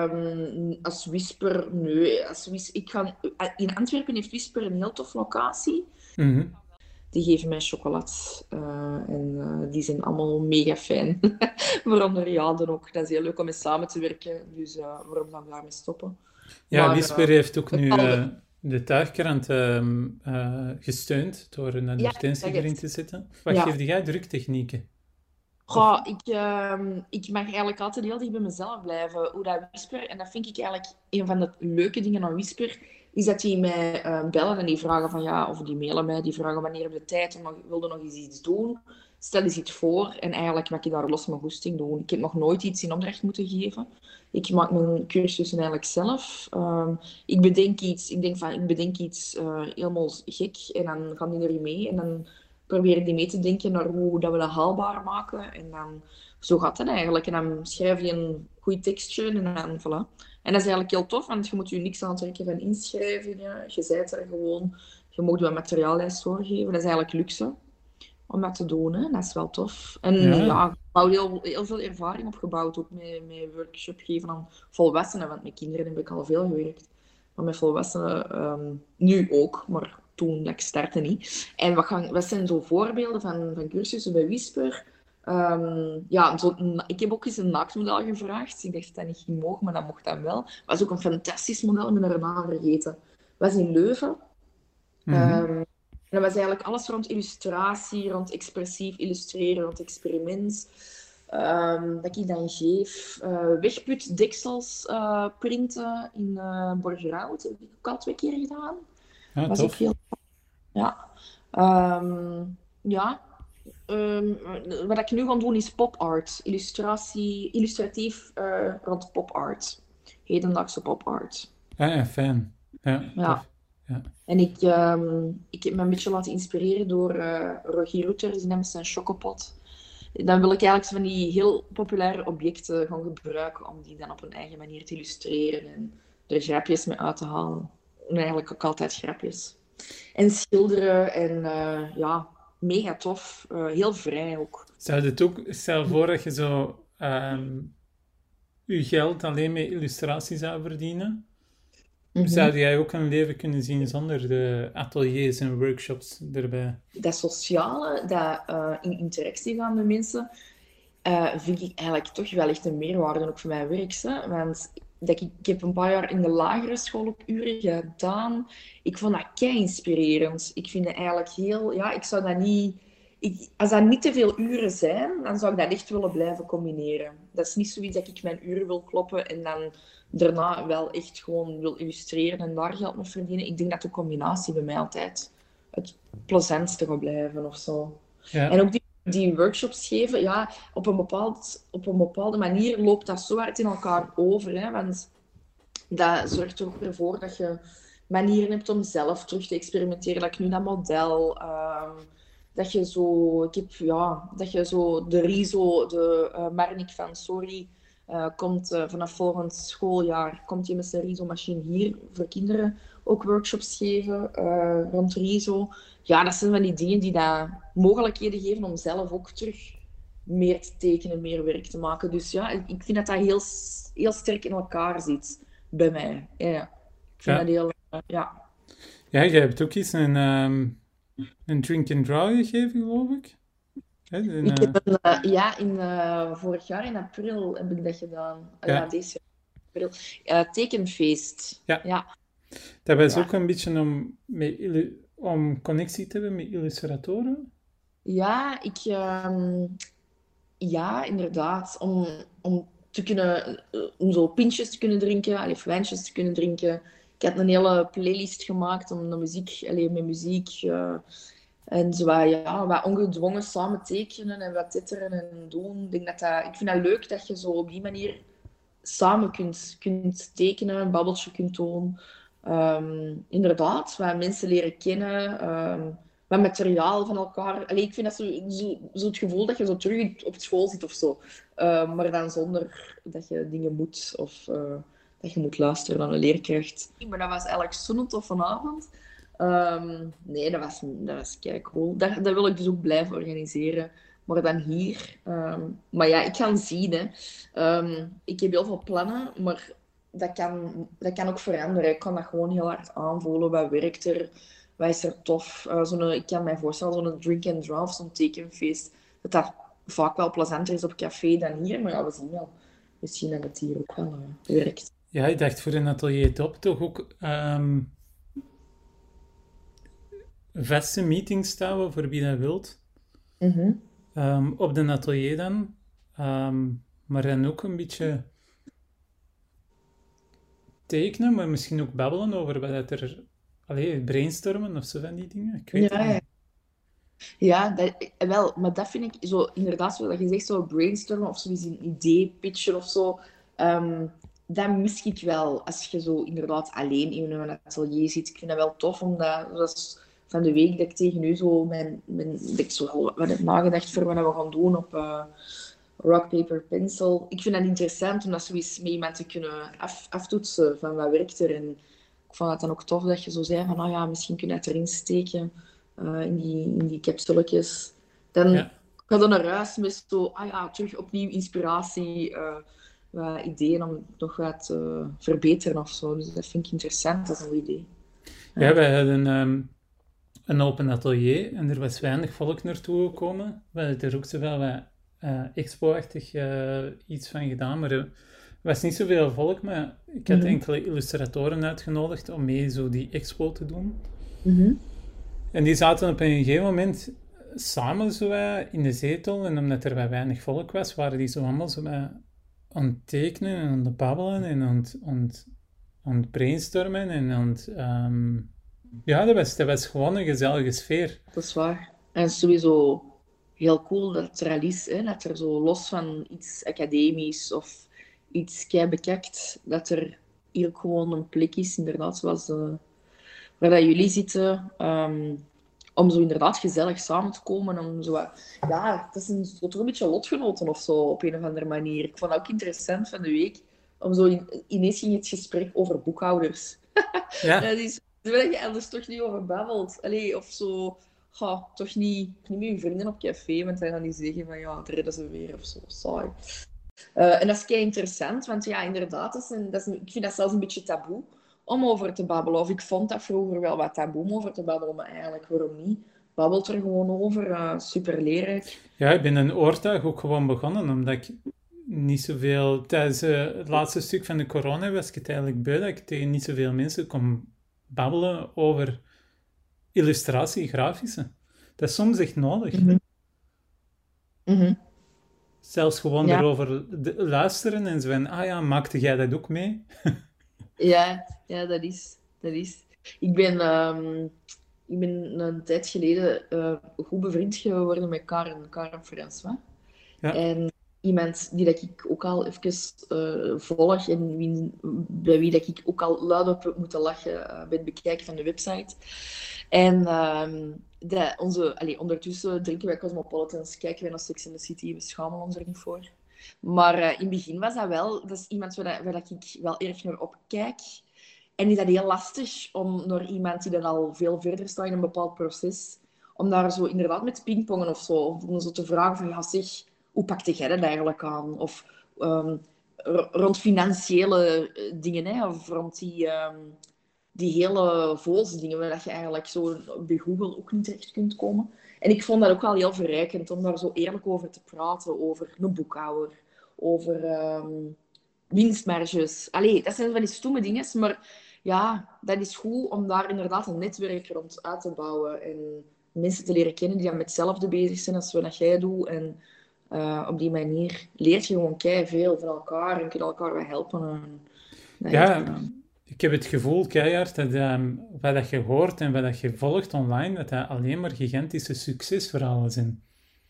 um, als Whisper, nee. Als Whis- ik ga, in Antwerpen heeft Whisper een heel tof locatie. Mm-hmm. Die geven mij chocolade. Uh, en uh, die zijn allemaal mega fijn. Waaronder Jaden ook. Dat is heel leuk om mee samen te werken. Dus uh, waarom dan daarmee stoppen? Ja, maar, Whisper uh, heeft ook nu uh, de tuigkrant uh, uh, gesteund door een advertentie ja, erin te zetten. Wat ja. geef jij druktechnieken? Goh, ik, uh, ik mag eigenlijk altijd heel dicht bij mezelf blijven. Hoe dat Whisper, en dat vind ik eigenlijk een van de leuke dingen aan Whisper, is dat die mij uh, bellen en die vragen van ja, of die mailen mij, die vragen wanneer heb je tijd en wilde nog eens iets doen. Stel eens iets voor en eigenlijk mag ik daar los mijn goesting doen. Ik heb nog nooit iets in opdracht moeten geven. Ik maak mijn cursussen eigenlijk zelf. Um, ik bedenk iets, ik denk van ik bedenk iets uh, helemaal gek en dan gaan die erin mee en dan probeer ik die mee te denken naar hoe dat we dat haalbaar maken. En dan, zo gaat het eigenlijk. En dan schrijf je een goed tekstje en dan voilà. En dat is eigenlijk heel tof, want je moet je niks aantrekken van inschrijvingen. Je bent er gewoon. Je moet wat materiaallijst doorgeven. Dat is eigenlijk luxe om dat te doen. Hè. Dat is wel tof. En ja, ja ik heb heel, heel veel ervaring opgebouwd, ook met, met workshop geven aan volwassenen. Want met kinderen heb ik al veel gewerkt. Maar met volwassenen um, nu ook, maar toen dat ik startte niet. En wat, gaan, wat zijn zo voorbeelden van, van cursussen bij Whisper? Um, ja, zo, ik heb ook eens een naaktmodel gevraagd. Ik dacht dat dat niet ging mogen, maar dat mocht dan wel. Het was ook een fantastisch model, ik ben er naam vergeten. Het was in Leuven. Mm-hmm. Um, en dat was eigenlijk alles rond illustratie, rond expressief illustreren, rond experiment. Um, dat ik dan geef. Uh, wegputdeksels uh, printen in uh, Borgerhout. Dat heb ik ook al twee keer gedaan. Ja, was tof. ook heel... Ja. Um, ja. Um, wat ik nu ga doen is pop art. Illustratie, illustratief uh, rond pop art. Hedendaagse pop art. Ja, fijn. Ja, ja. ja. En ik, um, ik heb me een beetje laten inspireren door uh, Rogier Rutter. Die neemt zijn chocopot. Dan wil ik eigenlijk van die heel populaire objecten gaan gebruiken om die dan op een eigen manier te illustreren en er grapjes mee uit te halen. En eigenlijk ook altijd grapjes. En schilderen en uh, ja, mega tof. Uh, heel vrij ook. Zou het ook, stel voor dat je zo um, je geld alleen met illustratie zou verdienen? Mm-hmm. Zou jij ook een leven kunnen zien zonder de ateliers en workshops erbij? Dat sociale, dat uh, in interactie gaan met mensen, uh, vind ik eigenlijk toch wel echt een meerwaarde ook voor mijn werk. Hè? Want dat ik, ik heb een paar jaar in de lagere school ook uren gedaan. Ik vond dat kei inspirerend. Ik vind het eigenlijk heel... Ja, ik zou dat niet... Ik, als dat niet te veel uren zijn, dan zou ik dat echt willen blijven combineren. Dat is niet zoiets dat ik mijn uren wil kloppen en dan daarna wel echt gewoon wil illustreren en daar geld mee verdienen. Ik denk dat de combinatie bij mij altijd het plezantste gaat blijven of zo. Ja. En ook die, die workshops geven, ja, op een, bepaald, op een bepaalde manier loopt dat zo hard in elkaar over. Hè, want dat zorgt er ook weer voor dat je manieren hebt om zelf terug te experimenteren. Dat ik nu dat model... Uh, Dat je zo, ik heb, ja, dat je zo de Rizo, de uh, Marnik van Sorry, uh, komt uh, vanaf volgend schooljaar, komt je met zijn Rizo-machine hier voor kinderen ook workshops geven uh, rond Rizo. Ja, dat zijn van die dingen die daar mogelijkheden geven om zelf ook terug meer te tekenen, meer werk te maken. Dus ja, ik vind dat dat heel, heel sterk in elkaar zit. bij mij. Ja, ja. Ik vind dat Ja. heel... eh, ja. Ja, jij hebt ook eens een, ehm, een drink and draw gegeven, geloof ik. Hè, een, Ik eh, heb een, eh, ja, in, eh, vorig jaar in april heb ik dat gedaan. Ah, ja, ja, deze jaar april. Eh, tekenfeest. ja. Ja, Dat was ja. ook een beetje om, met illu- om connectie te hebben met illustratoren. Ja, ik, ehm, ja, inderdaad. Om, om te kunnen, eh, om zo pintjes te kunnen drinken, allee, of wijntjes te kunnen drinken. Ik had een hele playlist gemaakt om de muziek, allee, met muziek. eh, en zo wat, ja, wat ongedwongen samen tekenen en wat titteren en doen. Ik, denk dat dat, ik vind dat leuk dat je zo op die manier samen kunt, kunt tekenen, een babbeltje kunt doen. Ehm, inderdaad, wat mensen leren kennen, ehm, wat materiaal van elkaar. Allee, ik vind dat zo, zo, zo het gevoel dat je zo terug op school zit of zo. Ehm, maar dan zonder dat je dingen moet of eh, dat je moet luisteren naar een leerkracht. Maar dat was eigenlijk zo'n toffe avond. Ehm, nee, dat was, dat was kei cool. Dat, dat wil ik dus ook blijven organiseren. Maar dan hier. Ehm, maar ja, ik ga zien. Hè. Ehm, ik heb heel veel plannen, maar dat kan, dat kan ook veranderen. Ik kan dat gewoon heel hard aanvoelen. Wat werkt er? Wat is er tof? Eh, zo'n, ik kan me voorstellen, zo'n drink and draw of zo'n tekenfeest, dat dat vaak wel plezanter is op café dan hier. Maar ja, we zien wel. Misschien dat het hier ook wel eh, werkt. Ja, ik dacht voor een atelier top toch ook ehm, vaste meetings stellen voor wie dat wilt. Mhm. Ehm, op de atelier dan. Ehm, maar dan ook een beetje tekenen, maar misschien ook babbelen over wat dat er... Allee, brainstormen of zo van die dingen. Ik weet het Ja, ja. niet. Ja, dat, eh, wel, maar dat vind ik zo, inderdaad, zoals je zegt, zo brainstormen of zoiets een idee pitchen of zo. ehm, dat mis ik wel als je zo inderdaad alleen in een atelier zit. Ik vind dat wel tof, omdat, zoals van de week dat ik tegen u zo, mijn, mijn, dat ik zo wel wat heb nagedacht voor wat we gaan doen op eh, rock, paper, pencil. Ik vind dat interessant om dat zoiets met iemand te kunnen af, aftoetsen van wat werkt er. En ik vond het dan ook tof dat je zo zei van, nou ja, misschien kun je het erin steken eh, in die, in die capsuletjes. Dan Ja. ga je naar huis met zo, ah ja, terug opnieuw inspiratie, eh, wat ideeën om het nog wat te verbeteren of zo. Dus dat vind ik interessant, dat is een idee. Ja, Ja. wij hadden ehm, een open atelier en er was weinig volk naartoe gekomen. We hadden er ook zowel wat eh, expo-achtig eh, iets van gedaan, maar er was niet zoveel volk. Maar ik had Mhm. enkele illustratoren uitgenodigd om mee zo die expo te doen. Mhm. En die zaten op een gegeven moment samen zo wat in de zetel. En omdat er wat weinig volk was, waren die zo allemaal zo wat aan het tekenen en aan het babbelen en aan het, aan het, aan het brainstormen. En aan het, ehm, ja, dat was, dat was gewoon een gezellige sfeer. Dat is waar. En sowieso heel cool dat het er al is, hè? Dat er zo los van iets academisch of iets kei bekakt, dat er hier ook gewoon een plek is, inderdaad, zoals eh, waar dat jullie zitten, ehm, om zo inderdaad gezellig samen te komen. Om zo, wat- ja, het is een, zo toch een beetje lotgenoten of zo, op een of andere manier. Ik vond het ook interessant van de week, om zo in- ineens ging het gesprek over boekhouders. Ja, Dat is waar je anders toch niet over babbelt. Allee, of zo, ga, toch niet, niet met je vrienden op café, want dan gaan die zeggen van ja, het redden ze weer of zo, saai. Eh, en dat is kei interessant, want ja, inderdaad, dat is een, dat is een- ik vind dat zelfs een beetje taboe om over te babbelen. Of ik vond dat vroeger wel wat taboe om over te babbelen, maar eigenlijk, waarom niet? Babbelt er gewoon over, eh, super leerrijk. ja, ik ben een oordag ook gewoon begonnen, omdat ik niet zoveel... Tijdens eh, het laatste stuk van de corona was ik het eigenlijk beu dat ik tegen niet zoveel mensen kon babbelen over illustratie, grafische. Dat is soms echt nodig. Mhm. Mhm. Zelfs gewoon Ja, erover de- luisteren en zo van, ah ja, maakte jij dat ook mee? ja, ja, dat is, dat is. Ik ben, ehm, ik ben een tijd geleden eh, goed bevriend geworden met Karen, Karen François. Ja, En iemand die dat ik ook al even eh, volg en wie, bij wie dat ik ook al luid op heb moeten lachen eh, bij het bekijken van de website. En ehm, dat onze, allee, ondertussen drinken wij Cosmopolitans, kijken wij naar Sex and the City, we schamen ons er niet voor. Maar eh, in het begin was dat wel, dat is iemand waar, dat- waar dat ik wel erg naar opkijk. En is dat heel lastig om naar iemand die dan al veel verder staat in een bepaald proces, om daar zo inderdaad met pingpongen of zo, of om zo te vragen van, ja zeg, hoe pakte jij dat eigenlijk aan? Of um, r- rond financiële eh, dingen, hè, of rond die, ehm, die hele dingen, waar dat je eigenlijk zo bij Google ook niet terecht kunt komen. En ik vond dat ook wel heel verrijkend om daar zo eerlijk over te praten, over een boekhouder, over ehm, winstmarges. Allee, dat zijn van die stomme dingen, maar ja, dat is goed om daar inderdaad een netwerk rond uit te bouwen en mensen te leren kennen die dan met hetzelfde bezig zijn als wat jij doet. En uh, op die manier leert je gewoon kei veel van elkaar en kun je elkaar wel helpen. En dat heeft Ja, gedaan. ik heb het gevoel, keihard, dat ehm, wat dat je hoort en wat dat je volgt online, dat dat alleen maar gigantische succesverhalen zijn.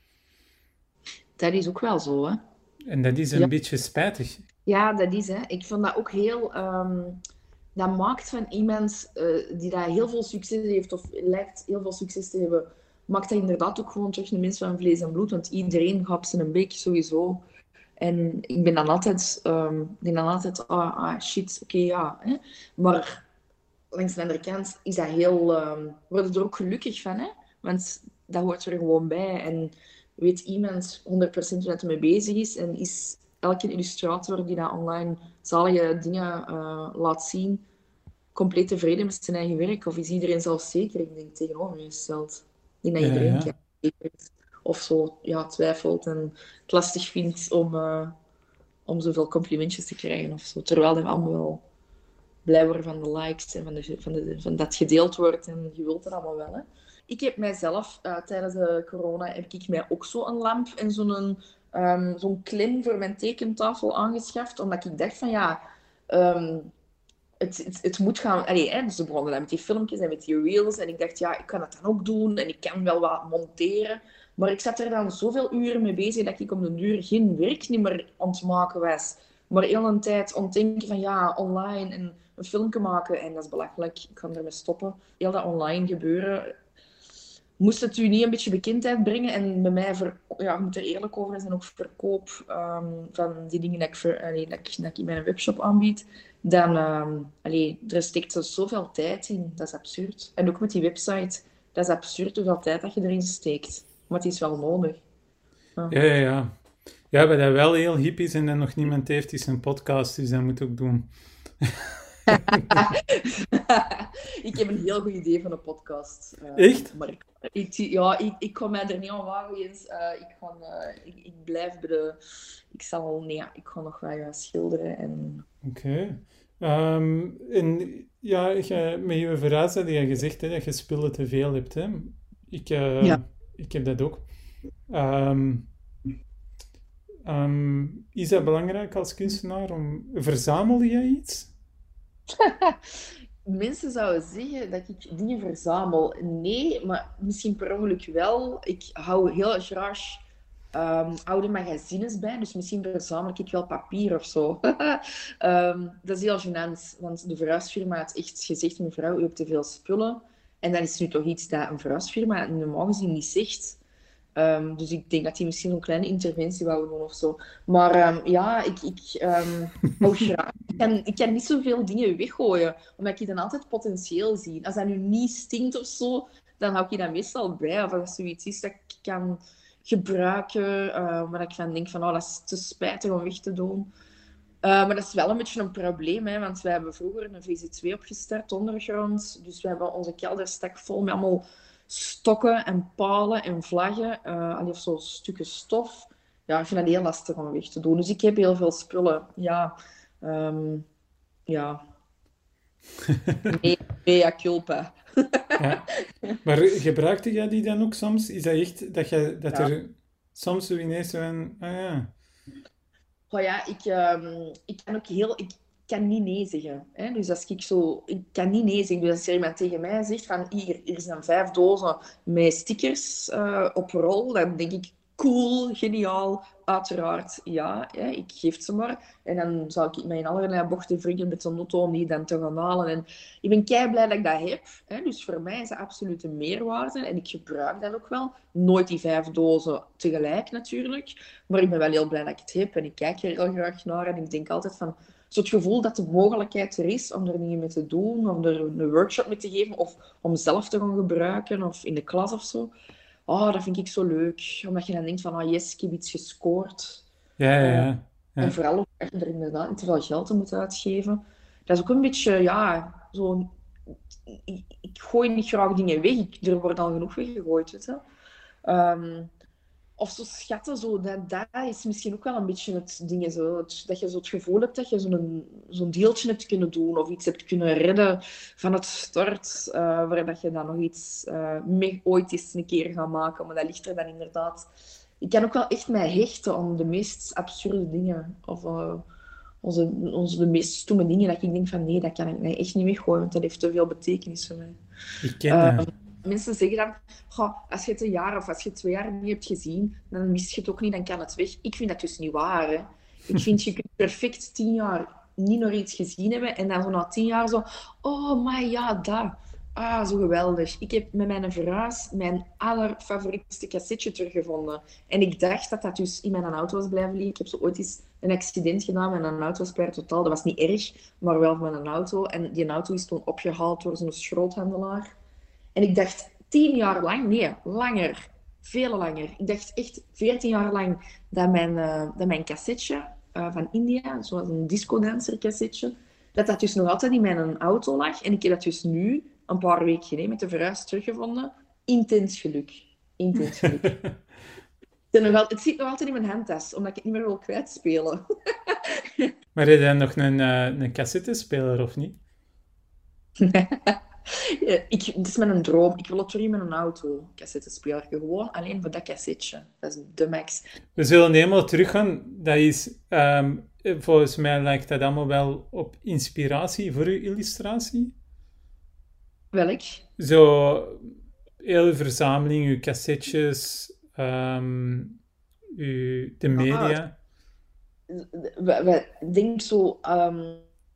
Dat is ook wel zo, hè. En dat is Ja, een beetje spijtig. ja, dat is, hè. Ik vond dat ook heel... ehm, dat maakt van iemand eh, die daar heel veel succes heeft, of lijkt heel veel succes te hebben, maakt dat inderdaad ook gewoon terug een mens van vlees en bloed. Want iedereen gaat op zijn bek, sowieso. En ik ben dan altijd, ehm, ik denk dan altijd, ah, ah shit, oké, ja. Hè. Maar langs de andere kant is dat heel, ehm worden er ook gelukkig van, hè? Want dat hoort er gewoon bij. En weet iemand honderd procent waar het mee bezig is en is elke illustrator die dat online zalige dingen uh, laat zien, compleet tevreden met zijn eigen werk? Of is iedereen zelfzeker? Ik denk tegenovergesteld. Ik denk dat Ja, iedereen ja. kei zeker is. Of zo ja, twijfelt en het lastig vindt om, uh, om zoveel complimentjes te krijgen of zo. Terwijl we allemaal wel blij worden van de likes en van, de, van, de, van dat gedeeld wordt. En je wilt het allemaal wel, hè. Ik heb mijzelf, uh, tijdens de corona, heb ik mij ook zo'n lamp en zo'n um, zo'n klem voor mijn tekentafel aangeschaft. Omdat ik dacht van, ja... Um, het, het, het moet gaan... Allee, hè, dus ze begonnen dan met die filmpjes en met die reels. En ik dacht, ja, ik kan dat dan ook doen. En ik kan wel wat monteren. Maar ik zat er dan zoveel uren mee bezig dat ik om de uur geen werk niet meer aan het maken was. Maar heel een tijd ontdenken van, ja, online en een filmpje maken. En dat is belachelijk. Ik kan ermee stoppen. Heel dat online gebeuren. Moest het u niet een beetje bekendheid brengen? En bij mij, ver, ja, ik moet er eerlijk over zijn, ook verkoop um, van die dingen dat ik, ver, allee, dat, ik, dat ik in mijn webshop aanbied. Dan, um, allee, er steekt er zoveel tijd in. Dat is absurd. En ook met die website. Dat is absurd hoeveel tijd dat je erin steekt. Maar het is wel nodig. Ja. Ja, ja, ja. Ja, wat dat wel heel hip is en dat nog niemand heeft, is een podcast, dus dat moet ook doen. Ik heb een heel goed idee van een podcast. Uh, Echt? Maar ik, ik, ja, ik, ik kan mij er niet aan wagen, Jens. Uh, ik, ga, uh, ik, ik blijf bij de... Ik zal... Nee, ik ga nog wel ja, schilderen en... Oké. Um, en ja, je, met je verhaal had je gezegd hè, dat je spullen te veel hebt. Hè? Ik, uh, Ja. ik heb dat ook. Um, um, is dat belangrijk als kunstenaar? Om, verzamel jij iets? Mensen zouden zeggen dat ik dingen verzamel. Nee, maar misschien per ongeluk wel. Ik hou heel graag um, oude magazines bij, dus misschien verzamel ik wel papier of zo. um, dat is heel gênant, want de verhuisfirma had echt gezegd, mevrouw, u hebt te veel spullen. En dat is nu toch iets dat een verhuisfirma normaal gezien niet zegt. Um, dus ik denk dat die misschien een kleine interventie wou doen of zo. Maar um, ja, ik, ik, um, oh, graag. Ik, kan, ik kan niet zoveel dingen weggooien, omdat ik dan altijd potentieel zie. Als dat nu niet stinkt of zo, dan hou ik dat meestal bij. Of als er zoiets is dat ik kan gebruiken, uh, maar ik van denk van, oh, dat is te spijtig om weg te doen. Uh, maar dat is wel een beetje een probleem, hè, want wij hebben vroeger een V Z twee opgestart, ondergrond. Dus we hebben onze kelderstak vol met allemaal stokken en palen en vlaggen. Uh, of zo stukken stof. Ja, ik vind dat heel lastig om weg te doen. Dus ik heb heel veel spullen. Ja, um, ja. Nee, mea culpa. Ja. Maar gebruikte jij die dan ook soms? Is dat echt dat, je, dat Ja. er soms zo ineens zo een... Ah ja... Oh ja, ik, um, ik kan ook heel... Ik kan niet nee zeggen. Hè? Dus als ik zo... Ik kan niet nee zeggen. Dus als er iemand tegen mij zegt van... Hier, hier zijn vijf dozen met stickers uh, op rol. Dan denk ik... Cool, geniaal, uiteraard. Ja, hè, ik geef ze maar. En dan zou ik mij in allerlei bochten wringen met zo'n auto om die dan te gaan halen. En ik ben kei blij dat ik dat heb. Hè? Dus voor mij is dat absoluut een meerwaarde. En ik gebruik dat ook wel. Nooit die vijf dozen tegelijk natuurlijk. Maar ik ben wel heel blij dat ik het heb. En ik kijk er heel graag naar. En ik denk altijd van... Zo het gevoel dat de mogelijkheid er is om er dingen mee te doen. Om er een workshop mee te geven. Of om zelf te gaan gebruiken. Of in de klas of zo. Oh, dat vind ik zo leuk. Omdat je dan denkt van, ah yes, ik heb iets gescoord. Ja, ja, Uh, ja. Ja. en vooral ook er inderdaad niet te veel geld te moeten uitgeven. Dat is ook een beetje, ja, zo... Ik, ik gooi niet graag dingen weg. Ik, er wordt al genoeg weggegooid, weet je. Ehm, of zo schatten, zo, dat, dat is misschien ook wel een beetje het ding. Zo, het- dat je zo het gevoel hebt dat je zo'n zo'n deeltje hebt kunnen doen of iets hebt kunnen redden van het start, eh, waar dat je dan nog iets eh, mee ooit eens een keer gaat maken. Maar dat ligt er dan inderdaad. Ik kan ook wel echt mij hechten aan de meest absurde dingen. Of eh, onze, onze, de meest stomme dingen. Dat ik denk van nee, dat kan ik mij echt niet weggooien, want dat heeft te veel betekenis voor mij. Ik ken Uh, dat. Mensen zeggen dan, goh, als je het een jaar of als je het twee jaar niet hebt gezien, dan mis je het ook niet, dan kan het weg. Ik vind dat dus niet waar. Hè. Ik vind, je kunt perfect tien jaar niet nog iets gezien hebben en dan zo na tien jaar zo, oh, maar ja, dat. Ah, zo geweldig. Ik heb met mijn verhuis mijn allerfavorietste cassetje teruggevonden. En ik dacht dat dat dus in mijn auto was blijven liggen. Ik heb zo ooit eens een accident gedaan met een auto per totaal. Dat was niet erg, maar wel met een auto. En die auto is toen opgehaald door zo'n schroothandelaar. En ik dacht tien jaar lang, nee, langer, veel langer. Ik dacht echt veertien jaar lang dat mijn, uh, dat mijn cassetje uh, van India, zoals een disco-dancer cassetje, dat dat dus nog altijd in mijn auto lag. En ik heb dat dus nu, een paar weken geleden, met de verhuis teruggevonden. Intens geluk. Intens geluk. Het, nog al, het zit nog altijd in mijn handtas, omdat ik het niet meer wil kwijtspelen. Maar heb je dan nog een, uh, een cassettespeler, of niet? Ik, het is mijn droom. Ik wil het terug met een auto cassettespeler. Gewoon alleen voor dat cassetje. Dat is de max. We zullen helemaal teruggaan. Dat is, um, volgens mij lijkt dat allemaal wel op inspiratie voor uw illustratie. Welk? Zo, hele verzameling, uw cassetjes, um, uw, de media. Ik denk zo... Um,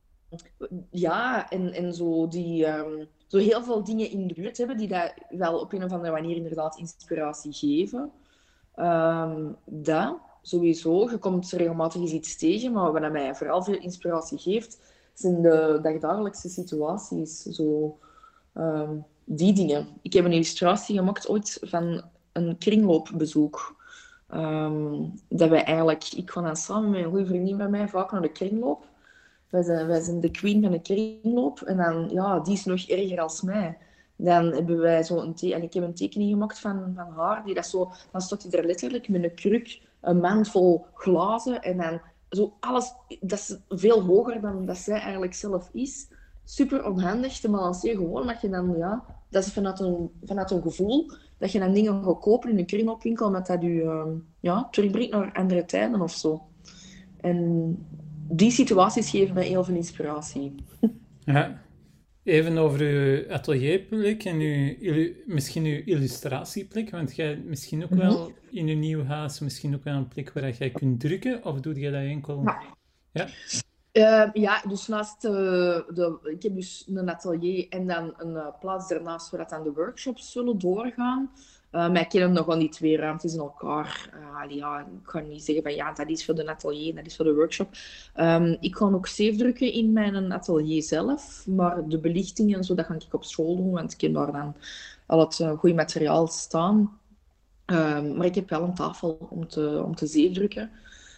ja, en, en zo die... Um, zo heel veel dingen in de buurt hebben die dat wel op een of andere manier inderdaad inspiratie geven. Um, dat, sowieso. Je komt regelmatig eens iets tegen, maar wat mij vooral veel inspiratie geeft, zijn de dagdagelijkse situaties. Zo, um, die dingen. Ik heb een illustratie gemaakt ooit van een kringloopbezoek. Um, dat wij eigenlijk... Ik ga dan samen met een goede vriendin van mij vaak naar de kringloop. Wij zijn, wij zijn de queen van de kringloop. En dan, ja, die is nog erger als mij. Dan hebben wij zo een te- en ik heb een tekening gemaakt van, van haar. Die dat zo, dan staat hij er letterlijk met een kruk, een mand vol glazen. En dan zo alles, dat is veel hoger dan dat zij eigenlijk zelf is. Super onhandig te balanceren. Gewoon dat je dan, ja, dat is vanuit een, vanuit een gevoel dat je dan dingen gaat kopen in een kringloopwinkel, omdat dat je uh, ja, terugbrengt naar andere tijden of zo. En die situaties geven mij heel veel inspiratie. Ja. Even over uw atelierplek en uw, misschien uw illustratieplek, want jij hebt misschien ook mm-hmm. wel in uw nieuw huis misschien ook wel een plek waar jij kunt drukken, of doe jij dat enkel? Ja. Ja, uh, ja dus naast uh, de... Ik heb dus een atelier en dan een uh, plaats daarnaast waar dan de workshops zullen doorgaan. Uh, maar ik ken nog wel die twee ruimtes in elkaar. Uh, ja, ik ga niet zeggen van ja, dat is voor de atelier en dat is voor de workshop. Um, ik kan ook zeefdrukken in mijn atelier zelf. Maar de belichting en zo, dat ga ik op school doen. Want ik heb daar dan al het uh, goede materiaal staan. Um, maar ik heb wel een tafel om te, om te zeefdrukken.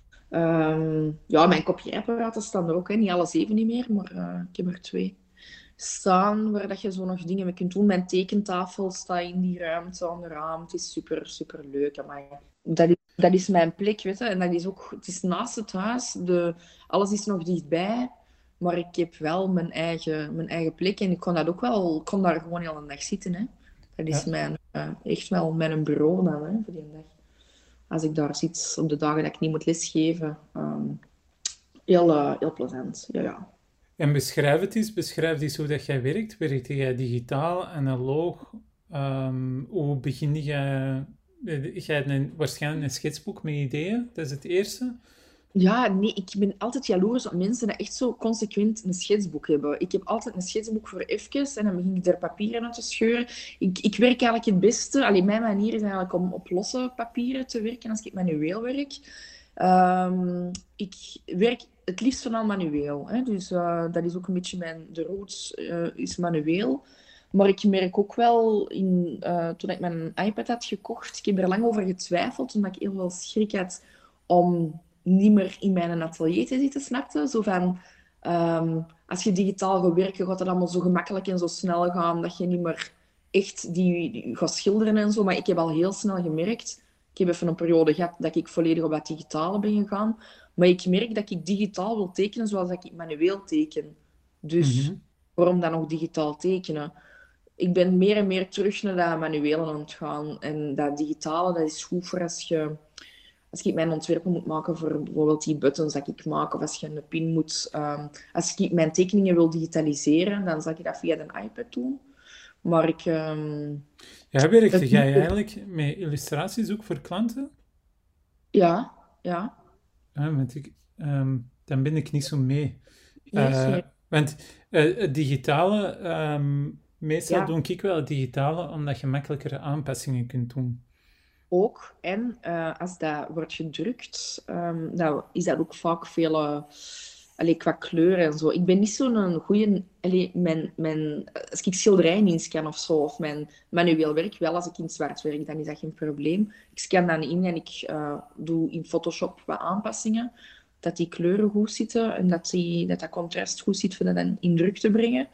Um, ja, mijn kopieerapparaten staan er ook. Hè. Niet alle zeven niet meer, maar uh, ik heb er twee staan waar dat je zo nog dingen mee kunt doen. Mijn tekentafel staat in die ruimte aan de raam. Het is super, super leuk. Maar dat is, dat is mijn plek, weet je. En dat is ook, het is naast het huis. De, alles is nog dichtbij. Maar ik heb wel mijn eigen, mijn eigen plek. En ik kon dat ook wel, ik kon daar gewoon heel een dag zitten. Hè. Dat is ja. mijn, uh, echt wel mijn bureau dan, hè, voor die dag. Als ik daar zit op de dagen dat ik niet moet lesgeven. Um, heel, uh, heel plezant, ja, ja. En beschrijf het eens, beschrijf eens hoe dat jij werkt. Werkte jij digitaal, analoog? Um, hoe begin jij? Jij hebt een, waarschijnlijk een schetsboek met ideeën, dat is het eerste. Ja, nee, ik ben altijd jaloers op mensen die echt zo consequent een schetsboek hebben. Ik heb altijd een schetsboek voor even en dan begin ik er papieren aan te scheuren. Ik, ik werk eigenlijk het beste. Allee, mijn manier is eigenlijk om op losse papieren te werken als ik manueel werk. Um, ik werk het liefst van al manueel. Hè? Dus uh, dat is ook een beetje mijn... De roots uh, is manueel. Maar ik merk ook wel, in, uh, toen ik mijn iPad had gekocht, ik heb er lang over getwijfeld, omdat ik heel veel schrik had om niet meer in mijn atelier te zitten, snapte? Zo van, ehm, als je digitaal gaat werken, gaat het allemaal zo gemakkelijk en zo snel gaan, dat je niet meer echt die, die gaat schilderen en zo. Maar ik heb al heel snel gemerkt, ik heb even een periode gehad dat ik volledig op dat digitale ben gegaan, maar ik merk dat ik digitaal wil tekenen zoals dat ik manueel teken. Dus Mhm. waarom dan nog digitaal tekenen? Ik ben meer en meer terug naar dat manuele aan het gaan. En dat digitale, dat is goed voor als je... Als ik mijn ontwerpen moet maken voor bijvoorbeeld die buttons dat ik maak, of als je een pin moet... Um, als ik mijn tekeningen wil digitaliseren, dan zal ik dat via een iPad doen. Maar ik... Um, Ja, werkte het, jij eigenlijk met illustraties ook voor klanten? ja, ja. Ja, want ik, ehm, dan ben ik niet zo mee. Nee, Uh, geen... want uh, het digitale, ehm, meestal Ja, doe ik wel het digitale omdat je makkelijkere aanpassingen kunt doen. ook. En uh, als dat wordt gedrukt, um, dan is dat ook vaak veel... Uh, allee, qua kleur en zo. Ik ben niet zo'n goede... Allee, mijn, mijn, als ik schilderijen inscan of zo, of mijn manueel werk, wel als ik in zwart werk, dan is dat geen probleem. Ik scan dan in en ik uh, doe in Photoshop wat aanpassingen, dat die kleuren goed zitten en dat die, dat, dat contrast goed zit, voor dat dan in druk te brengen.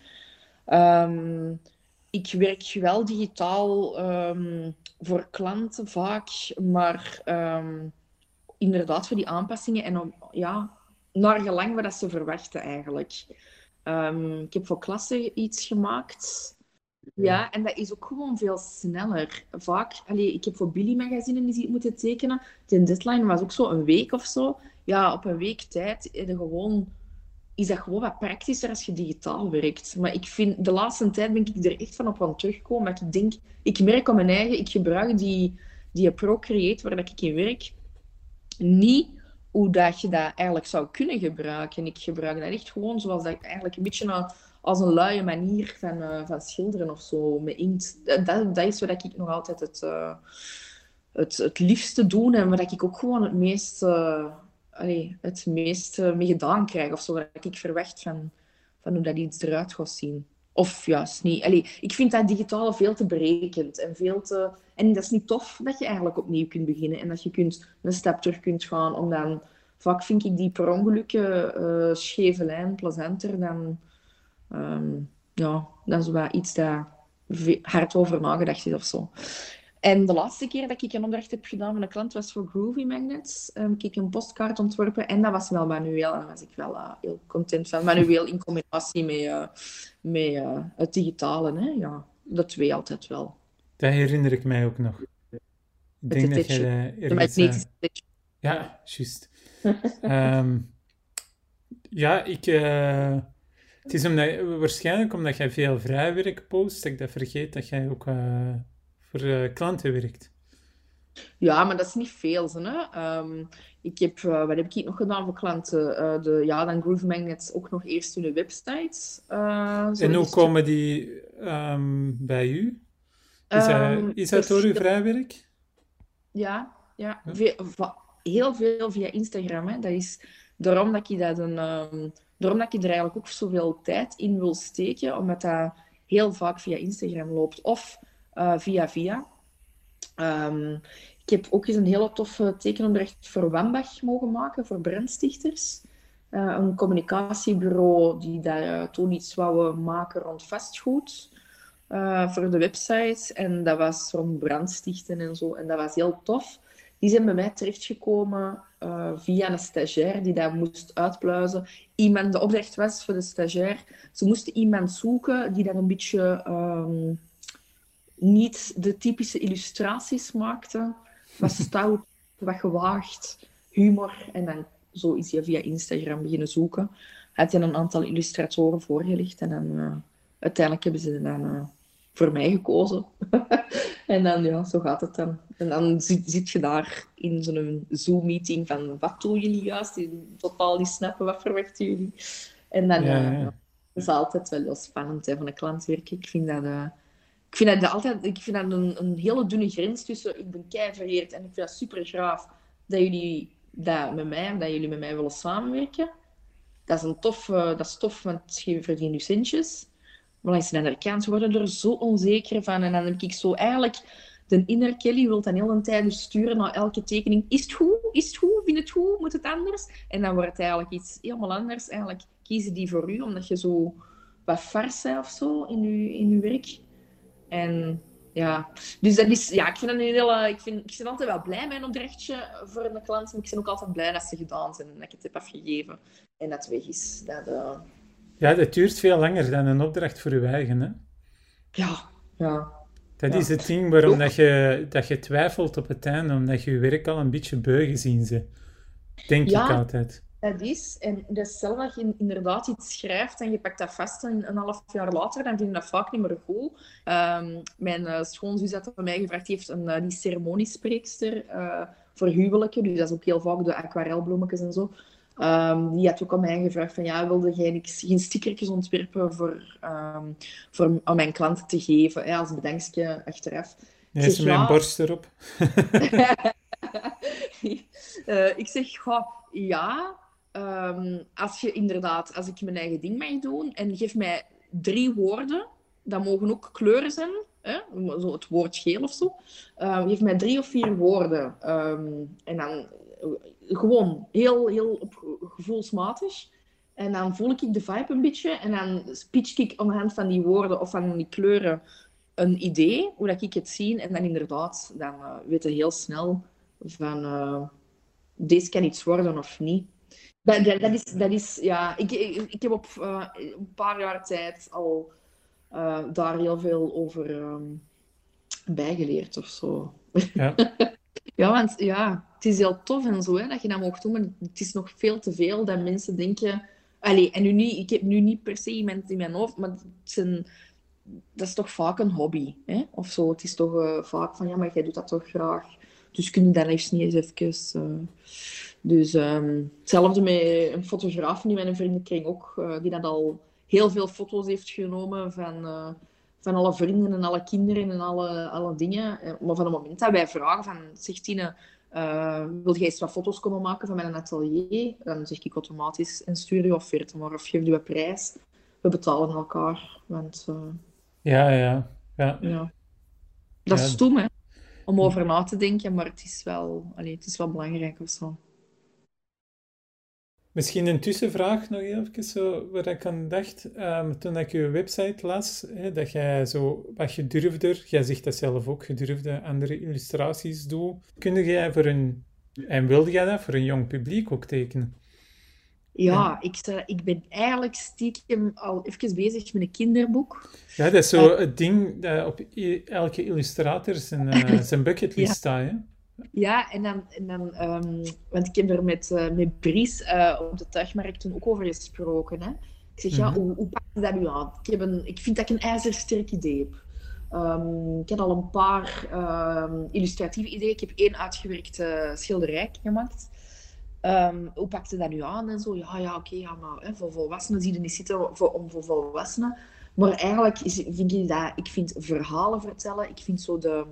Um, ik werk wel digitaal um, voor klanten vaak, maar um, inderdaad voor die aanpassingen en om, ja, naar gelang wat dat ze verwachten eigenlijk. Um, ik heb voor klassen iets gemaakt. Ja, en dat is ook gewoon veel sneller. Vaak, allee, ik heb voor Billy Magazine iets moeten tekenen. De deadline was ook zo een week of zo. Ja, op een week tijd is, gewoon, is dat gewoon wat praktischer als je digitaal werkt. Maar ik vind, de laatste tijd ben ik er echt van op aan het terugkomen. Dat ik denk, ik merk op mijn eigen, ik gebruik die, die Procreate waar dat ik in werk, niet hoe dat je dat eigenlijk zou kunnen gebruiken. Ik gebruik dat echt gewoon zoals dat eigenlijk een beetje een, als een luie manier van, uh, van schilderen of zo, met inkt. Dat, dat is wat ik nog altijd het, uh, het, het liefste doe en wat ik ook gewoon het meest, uh, allee, het meest uh, mee gedaan krijg. Of zo, wat ik verwacht van, van hoe dat iets eruit gaat zien. Of juist niet. Allee, ik vind dat digitale veel te berekend en veel te... En dat is niet tof dat je eigenlijk opnieuw kunt beginnen en dat je kunt een stap terug kunt gaan. Om dan... Vaak vind ik die per ongeluk uh, scheve lijn plezanter dan... Um, ja, dan zo wat iets dat hard over nagedacht is of zo. En de laatste keer dat ik een opdracht heb gedaan van een klant was voor Groovy Magnets. Um, ik heb een postkaart ontworpen en dat was wel manueel. En daar was ik wel uh, heel content van. Manueel in combinatie met, uh, met uh, het digitale. Hè? Ja, de twee altijd wel. Dat herinner ik mij ook nog. Ik Met de denk dat jij tetje. uh, De ergens... Uh, magnetische tetje. ja, Ja. juist. um, ja, ik... Uh, het is omdat, waarschijnlijk omdat jij veel vrijwerk post, dat ik dat vergeet dat jij ook uh, voor uh, klanten werkt. Ja, maar dat is niet veel. Hè? Um, ik heb, uh, wat heb ik nog gedaan voor klanten? Uh, de, ja, dan Groove Magnets ook nog eerst hun website. Uh, en hoe komen die um, bij u? Is, um, dat, is dat door uw vrijwerk? Ja, ja. ja. Veel, heel veel via Instagram. Hè. Dat is daarom dat ik dat een, um, daarom dat ik er eigenlijk ook zoveel tijd in wil steken, omdat dat heel vaak via Instagram loopt. Of uh, via via. Um, ik heb ook eens een hele toffe tekenopdracht voor Wambach mogen maken, voor brandstichters. Uh, een communicatiebureau die daar uh, toen iets wou maken rond vastgoed. Uh, voor de website. En dat was rond brandstichten en zo. En dat was heel tof. Die zijn bij mij terechtgekomen uh, via een stagiair die dat moest uitpluizen. Iemand, de opdracht was voor de stagiair. Ze moesten iemand zoeken die daar een beetje um, niet de typische illustraties maakte. Wat stout, wat gewaagd, humor. En dan zo is hij via Instagram beginnen zoeken. Had hij een aantal illustratoren voorgelegd. En dan uh, uiteindelijk hebben ze dan... Uh, voor mij gekozen. En dan, ja, zo gaat het dan. En dan zit, zit je daar in zo'n Zoom-meeting van wat doen jullie juist? Die totaal niet snappen, wat verwachten jullie? En dan, ja, ja. Ja, dat is altijd wel heel spannend hè, van een klant werken. Ik vind dat, uh, ik vind dat altijd ik vind dat een, een hele dunne grens tussen ik ben keivereerd en ik vind dat super graaf dat jullie dat met mij, dat jullie met mij willen samenwerken. Dat is een tof, uh, dat is tof, want je verdient je centjes. Maar langs de andere kant worden er zo onzeker van. En dan heb ik zo eigenlijk... De inner Kelly wil dan heel de tijd sturen naar elke tekening. Is het goed? Is het goed? Vind het goed? Moet het anders? En dan wordt het eigenlijk iets helemaal anders. Eigenlijk kiezen die voor u, omdat je zo wat vers bent of zo in je, in je werk. En ja, dus dat is, ja, ik vind dat een hele, ik, vind, ik ben altijd wel blij met een opdrachtje voor een klant, maar ik ben ook altijd blij dat ze gedaan zijn en dat ik het heb afgegeven en dat het weg is. Dat, uh... Ja, dat duurt veel langer dan een opdracht voor je eigen, hè? Ja, ja. Dat Ja. is het ding waarom dat je, dat je twijfelt op het einde, omdat je je werk al een beetje beu gezien ze. Denk Ja. ik altijd. Dat is, en dat is zelf dat je inderdaad iets schrijft en je pakt dat vast een, een half jaar later, dan vind je dat vaak niet meer goed. Um, mijn uh, schoonzus had aan mij gevraagd, die heeft een, uh, die ceremoniespreekster uh, voor huwelijken, dus dat is ook heel vaak de aquarelbloemetjes en zo. Um, die had ook aan mij gevraagd van, ja, wilde jij niks, geen stickertjes ontwerpen voor, um, voor aan mijn klanten te geven, hè, als bedankje achteraf. Nee, ze met een borst erop. uh, ik zeg, goh, ja... Um, als je inderdaad, als ik mijn eigen ding mag doen en geef mij drie woorden, dat mogen ook kleuren zijn, hè? Zo het woord geel of zo. Uh, geef mij drie of vier woorden um, en dan uh, gewoon heel, heel op gevoelsmatig. En dan voel ik de vibe een beetje en dan pitch ik aan de hand van die woorden of van die kleuren een idee, hoe dat ik het zie. En dan inderdaad, dan uh, weet je heel snel van uh, deze kan iets worden of niet. Dat, dat, dat, is, dat is, ja, ik, ik, ik heb op uh, een paar jaar tijd al uh, daar heel veel over um, bijgeleerd of zo. Ja. Ja, want ja, het is heel tof en zo, hè, dat je dat mag doen, maar het is nog veel te veel dat mensen denken... Allee, en nu niet, ik heb nu niet per se iemand in mijn hoofd, maar het zijn, dat is toch vaak een hobby, hè? Of zo. Het is toch uh, vaak van, ja, maar jij doet dat toch graag. Dus kun je dat liefst niet eens even... Uh... Dus um, hetzelfde met een fotograaf in mijn vriendenkring ook, uh, die dat al heel veel foto's heeft genomen van, uh, van alle vrienden en alle kinderen en alle, alle dingen. Maar van het moment dat wij vragen van, zeg Tine, uh, wil jij eens wat foto's komen maken van mijn atelier? Dan zeg ik automatisch, en stuur je offerte maar of geef je een prijs. We betalen elkaar, want... Uh, ja, ja, ja. ja. Dat is Ja. stom, hè? Om over na te denken, maar het is wel, allee, het is wel belangrijk of zo. Misschien een tussenvraag nog even, zo, wat ik aan dacht. Um, toen ik je website las, hè, dat jij zo wat gedurfder, jij zegt dat zelf ook, gedurfde andere illustraties doet. Kun jij voor een, en wilde jij dat voor een jong publiek ook tekenen? Ja, ik, ik ben eigenlijk stiekem al even bezig met een kinderboek. Ja, dat is zo uh, het ding dat op i- elke illustrator zijn, uh, zijn bucketlist Ja. staat, hè? Ja, en dan, en dan um, want ik heb er met, uh, met Bries uh, op de tuigmarkt toen ook over gesproken. Hè. Ik zeg, ja, Mhm. hoe, hoe pak je dat nu aan? Ik, heb een, ik vind dat ik een ijzersterk idee heb. Um, ik heb al een paar um, illustratieve ideeën. Ik heb één uitgewerkte schilderij gemaakt. Um, hoe pak je dat nu aan en zo? Ja, ja, oké, ja, maar hè, voor volwassenen zie je niet zitten voor, om voor volwassenen. Maar eigenlijk is, vind ik dat... Ik vind verhalen vertellen, ik vind zo de...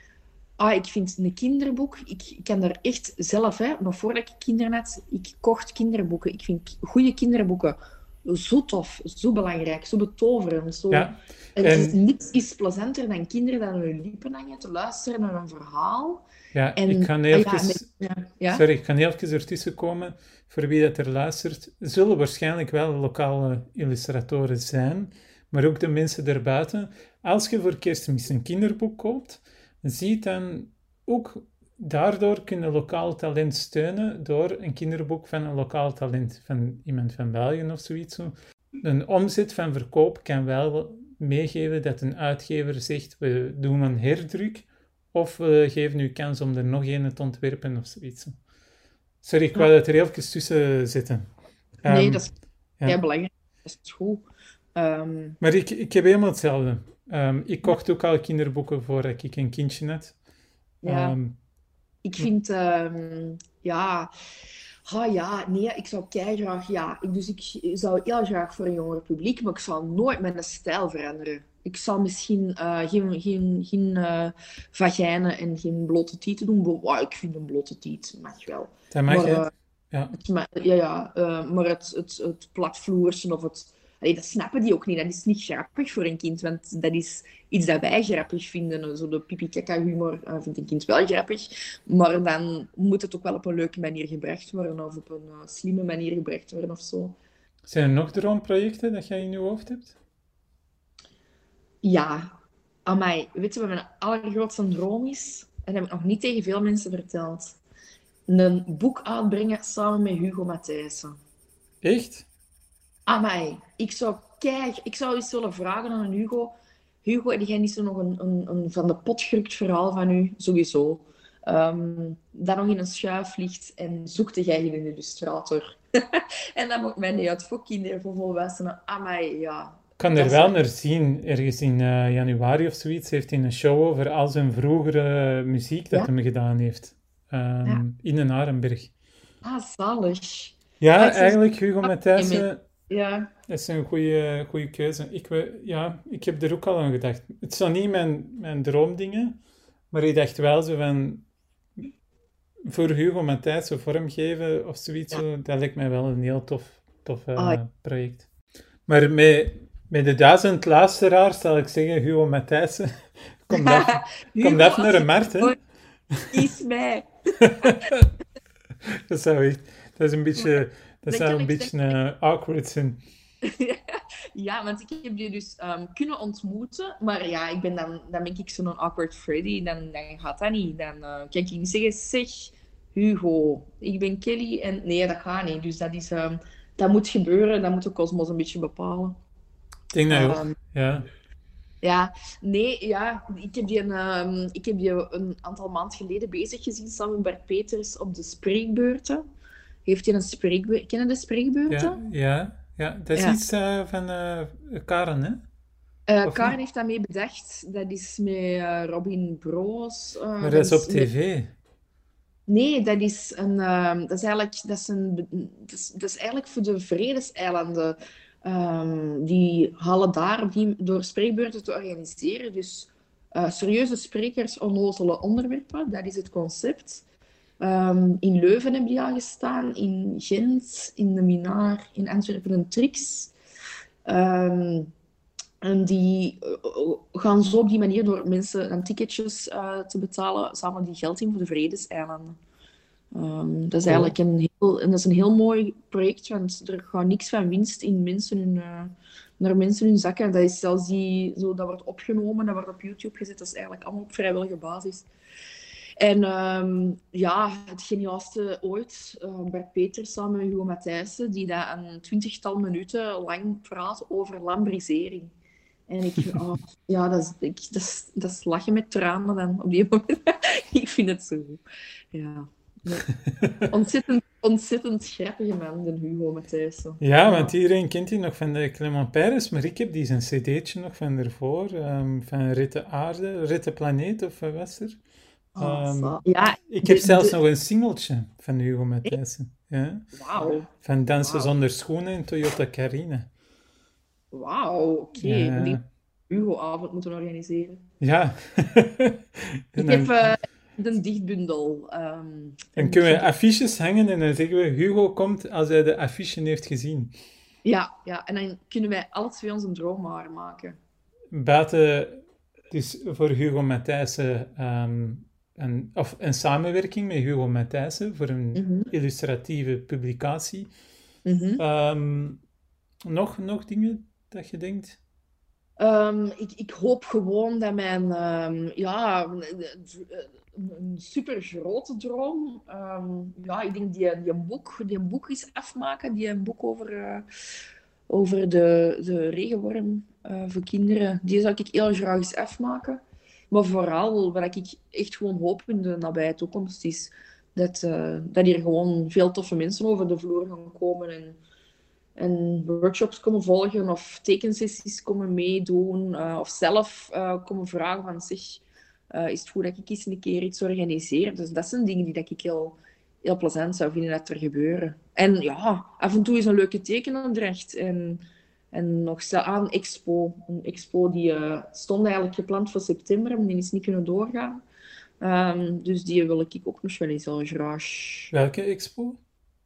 Ah, ik vind een kinderboek, ik, ik kan daar echt zelf, hè, nog voordat ik kinderen had, ik kocht kinderboeken. Ik vind goede kinderboeken zo tof, zo belangrijk, zo betoverend. Zo... Ja, En het is, en niets is plezanter dan kinderen dan aan hun lippen hangen, te luisteren naar een verhaal. ja, En, ik kan ah, even, ja, met, ja, ja. sorry, ik kan heel even ertussen komen. Voor wie dat er luistert, zullen waarschijnlijk wel lokale illustratoren zijn, maar ook de mensen daarbuiten. Als je voor kerstmis een kinderboek koopt, zie dan ook daardoor kunnen lokaal talent steunen door een kinderboek van een lokaal talent, van iemand van België of zoiets. Zo. Een omzet van verkoop kan wel meegeven dat een uitgever zegt, we doen een herdruk, of we geven u kans om er nog een te ontwerpen of zoiets. Sorry, ik wou dat er even tussen zitten. Nee, Um, dat is ja. heel belangrijk. Dat is goed. Um, Maar ik, ik heb helemaal hetzelfde. Um, ik kocht ook al kinderboeken voordat ik een kindje had. ja. Um, Ik vind, um, ja, ah, ja, nee, ik zou keigraag, ja, ik, dus ik zou heel graag voor een jonger publiek, maar ik zal nooit mijn stijl veranderen. Ik zal misschien uh, geen, geen, geen uh, vagijnen en geen blote tieten doen. Bo- wow, ik vind een blote tiet, mag wel. dat mag, Maar, hè? uh, Ja. het, ma- ja, ja, uh, maar het, het, het platvloersje of het, allee, dat snappen die ook niet. Dat is niet grappig voor een kind, want dat is iets dat wij grappig vinden. Zo de pipi-kaka-humor uh, vindt een kind wel grappig, maar dan moet het ook wel op een leuke manier gebracht worden, of op een uh, slimme manier gebracht worden, of zo. Zijn er nog droomprojecten dat jij in je hoofd hebt? Ja, amai, weet je wat mijn allergrootste droom is? En dat heb ik nog niet tegen veel mensen verteld. Een boek uitbrengen samen met Hugo Matthijssen. Echt? Amai, ik zou kijk, ik zou eens willen vragen aan een Hugo. Hugo, heb jij niet zo nog een, een, een van de pot gerukt verhaal van u? Sowieso. Ehm, dat nog in een schuif ligt en zoekte jij in een illustrator. En dan maakt mij niet uit voor kinderen, voor volwassenen. Amai, ja. Ik kan er Dat is wel naar zien, ergens in eh, januari of zoiets, heeft hij een show over al zijn vroegere muziek dat ja, hij gedaan heeft. ja. Ehm, in een Arenberg. Ah, zalig. Ah, Ja, ik zou eigenlijk Hugo zo met. Matthijssen Ja, is een goede, goede keuze. Ik, we- ja, ik heb er ook al aan gedacht. Het zijn niet mijn, mijn droomdingen, maar ik dacht wel zo van, voor Hugo Matthijssen vormgeven of zoiets, ja. zo, dat lijkt mij wel een heel tof, tof Ah, eh, project. Maar met, met de duizend luisteraars zal ik zeggen, Hugo Matthijssen, kom af, kom Hugo, af als naar je een markt, hè. hoort, kies mij. Dat zou echt, dat is een beetje, dat Dan zou kan een ik beetje zeggen. eh, awkward zijn. Ja, want ik heb die dus ehm, kunnen ontmoeten. Maar ja, ik ben dan, dan ben ik zo'n awkward Freddy. Dan, dan gaat dat niet. Dan eh, kan ik niet zeggen, zeg Hugo, ik ben Kelly. En nee, dat gaat niet. Dus dat is, ehm, dat moet gebeuren. Dat moet de kosmos een beetje bepalen. Ik denk dat ook, Ehm, ja. ja, nee, ja. Ik heb die, een, ehm, ik heb die een aantal maanden geleden bezig gezien samen met Bart Peters op de spreekbeurten. Heeft hij een spreekbeurt? Ken je de Ja, spreekbeurten? ja, ja. Dat is Ja. iets eh, van eh Karen, hè? Uh, Of niet? Karen heeft dat mee bedacht. Dat is met uh, Robin Broos. Uh, Maar dat dat is op is met... tv. Nee, dat is, een, uh, dat, is eigenlijk, dat, is een, dat, is, dat is eigenlijk voor de Vredeseilanden. Um, die halen daar op die, door spreekbeurten te organiseren. Dus uh, serieuze sprekers, onnozele onderwerpen. Dat is het concept. Um, in Leuven heb die al gestaan. In Gent, in de Minaar, in Antwerpen en Trix. Um, En die uh, gaan zo op die manier door mensen dan ticketjes uh, te betalen, samen die geld in voor de Vredeseilanden. Um, dat is Cool. eigenlijk een heel, en dat is een heel mooi project, want er gaat niks van winst in mensen hun, uh, naar mensen hun zakken. Dat is zelfs die, zo, dat wordt opgenomen, dat wordt op YouTube gezet. Dat is eigenlijk allemaal op vrijwillige basis. En um, ja, het geniaalste ooit, uh, Bert Peters samen met Hugo Matthijssen, die daar een twintigtal minuten lang praat over lambrisering. En ik, oh, ja, dat is, ik, dat, is, dat is lachen met tranen dan op die moment. Ik vind het zo goed. Ja. Ja. Ontzettend, ontzettend grappige man, de Hugo Matthijssen. Ja, Ja. want iedereen kent die nog van de Clement Peres, maar ik heb die zijn cd'tje nog van ervoor, um, van Ritte Aarde, Ritte Planeet of wat was er? Oh, Um, zo. Ja, ik heb de, zelfs de... nog een singeltje van Hugo Matthijssen. Ja? Wauw. Van Dansen Wauw. zonder schoenen in Toyota Carina. Wauw, oké. Okay. Ik denk Ja. Hugo-avond moeten organiseren. Ja. En Ik heb dan, uh, de dichtbundel. Um, dan en kunnen we ik... affiches hangen en dan zeggen we, Hugo komt als hij de affiche heeft gezien. Ja, ja, en dan kunnen wij alle twee onze droom waarmaken. Buiten, dus voor Hugo Matthijssen, um, een, of een samenwerking met Hugo Matthijssen voor een Mm-hmm. illustratieve publicatie. Mm-hmm. Um, nog, nog dingen dat je denkt? Um, ik, ik hoop gewoon dat mijn, um, ja, een, een super grote droom, um, ja, ik denk die, die een boek, die een boek is afmaken, die een boek over, uh, over de, de regenworm uh, voor kinderen, die zou ik heel graag eens afmaken. Maar vooral, wat ik echt gewoon hoop in de nabije toekomst, is dat, uh, dat hier gewoon veel toffe mensen over de vloer gaan komen en En workshops komen volgen of tekensessies komen meedoen. Uh, of zelf uh, komen vragen van zeg, uh, is het goed dat ik eens een keer iets organiseer? Dus dat zijn dingen die dat ik heel, heel plezant zou vinden dat er gebeuren. En ja, af en toe is een leuke tekenopdracht. En, en nog aan expo. Een expo die uh, stond eigenlijk gepland voor september, maar die is niet kunnen doorgaan. Um, dus die wil ik ook nog wel eens heel graag. Welke expo?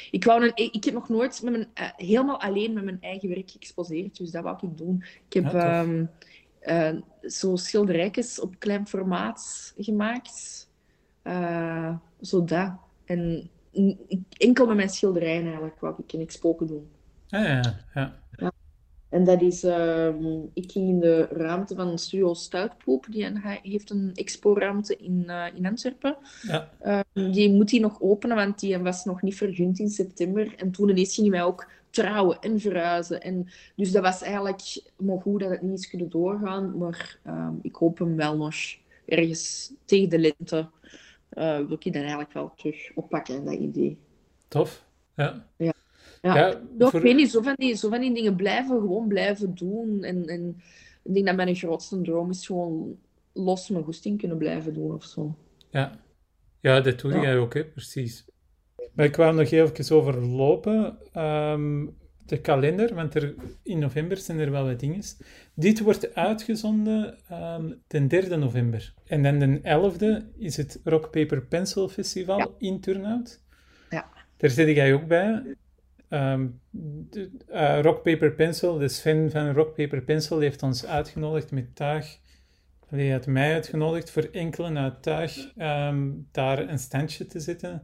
Ik, wou een, ik heb nog nooit met mijn, eh, helemaal alleen met mijn eigen werk geëxposeerd, dus dat wou ik doen. Ik heb Ja, tof. ehm, eh, zo schilderijtjes op klein formaat gemaakt. Eh, zo dat. En n- ik- enkel met mijn schilderijen eigenlijk wou ik een expo doen. Ah, ja, ja. Ja. En dat is, ehm, ik ging in de ruimte van Studio Stoutpoep. Die een- hij heeft een expo-ruimte in, eh, in Antwerpen. Ja, Ehm, die moet die nog openen, want die was nog niet vergund in september. En toen ineens gingen wij ook trouwen en verhuizen. En, dus dat was eigenlijk maar goed dat het niet is kunnen doorgaan. Maar ehm, ik hoop hem wel nog ergens tegen de lente. eh, wil ik dat eigenlijk wel terug oppakken, dat idee. tof. Ja. Ja. Ja, Ja, ja, ik voor... weet niet, zo van die, zo van die dingen blijven, gewoon blijven doen. En, en ik denk dat mijn grootste droom is gewoon los mijn goesting kunnen blijven doen of zo. Ja. Ja, dat doe Ja. jij ook, hè, precies. Maar ik wou nog even over lopen. Ehm, de kalender, want er, in november zijn er wel wat dingen. Dit wordt uitgezonden ehm de derde november. En dan de elfde is het Rock Paper Pencil Festival Ja. in Turnhout. Ja. Daar zit jij ook bij. Ehm, de, eh, Rock Paper Pencil, de Sven van Rock Paper Pencil, heeft ons uitgenodigd met Tuig. Hij had mij uitgenodigd voor enkelen uit Tuig ehm, daar een standje te zetten.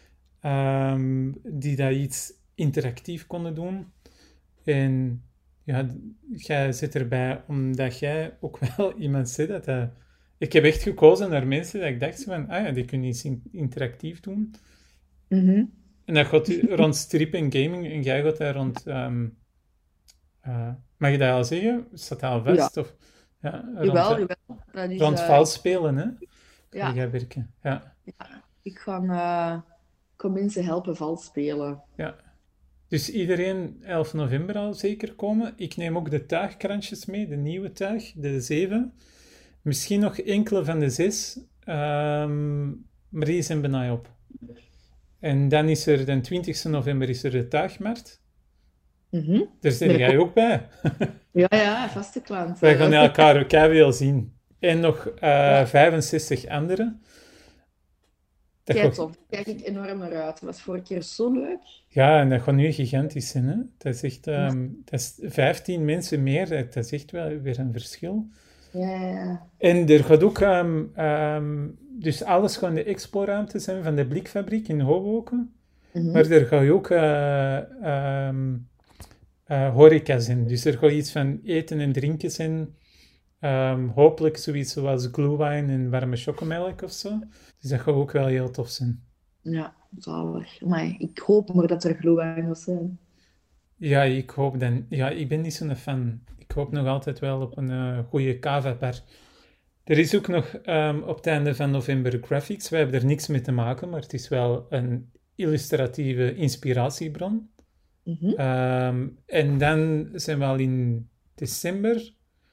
ehm, die dat iets interactief konden doen. En ja, jij zit erbij omdat jij ook wel iemand zit dat dat... Ik heb echt gekozen naar mensen dat ik dacht van, ah ja, die kunnen iets in- interactief doen. Mhm. En dat gaat rond strip en gaming en jij gaat daar rond... ehm, eh, mag je dat al zeggen? Staat dat al Ja, vast? Of, ja, rond, jawel, eh, jawel. Dat is, rond eh, vals spelen, hè? Ga ja, jij werken. Ja, ja. Ik ga, eh, ik ga mensen helpen vals spelen. ja. Dus iedereen elf november al zeker komen. Ik neem ook de tuigkrantjes mee, de nieuwe tuig, de zeven. Misschien nog enkele van de zes, ehm, maar die zijn bijna op. En dan is er, de twintigste november is er de tuigmarkt. Mhm. Daar zit Ben ik jij ook- ook bij. Ja, ja, vaste klant. Wij eh. gaan elkaar ook veel zien. En nog eh, Ja. vijfenzestig anderen. Dat Kijk, gaat, tof. Daar kijk ik enorm naar uit. Dat was vorige keer zo leuk. ja, en dat gaat nu gigantisch zijn. Hè? Dat is echt ehm, dat is vijftien mensen meer. Dat, dat is echt wel weer een verschil. Ja, ja, ja. En er gaat ook, ehm, ehm, dus alles gaat in de exporuimte zijn van de Blikfabriek in Hoboken. Mhm. Maar er gaat ook eh, ehm, eh, horeca zijn. Dus er gaat iets van eten en drinken zijn. Ehm, hopelijk zoiets zoals glühwein en warme chocomelk of zo. Dus dat gaat ook wel heel tof zijn. Ja, zalig. Maar ik hoop maar dat er glühwein zal zijn. Ja, ik hoop dan... Ja, ik ben niet zo'n fan. Ik hoop nog altijd wel op een eh goede cava-bar. Er is ook nog ehm, op het einde van november graphics. Wij hebben er niks mee te maken, maar het is wel een illustratieve inspiratiebron. Mhm. Ehm, en dan zijn we al in december.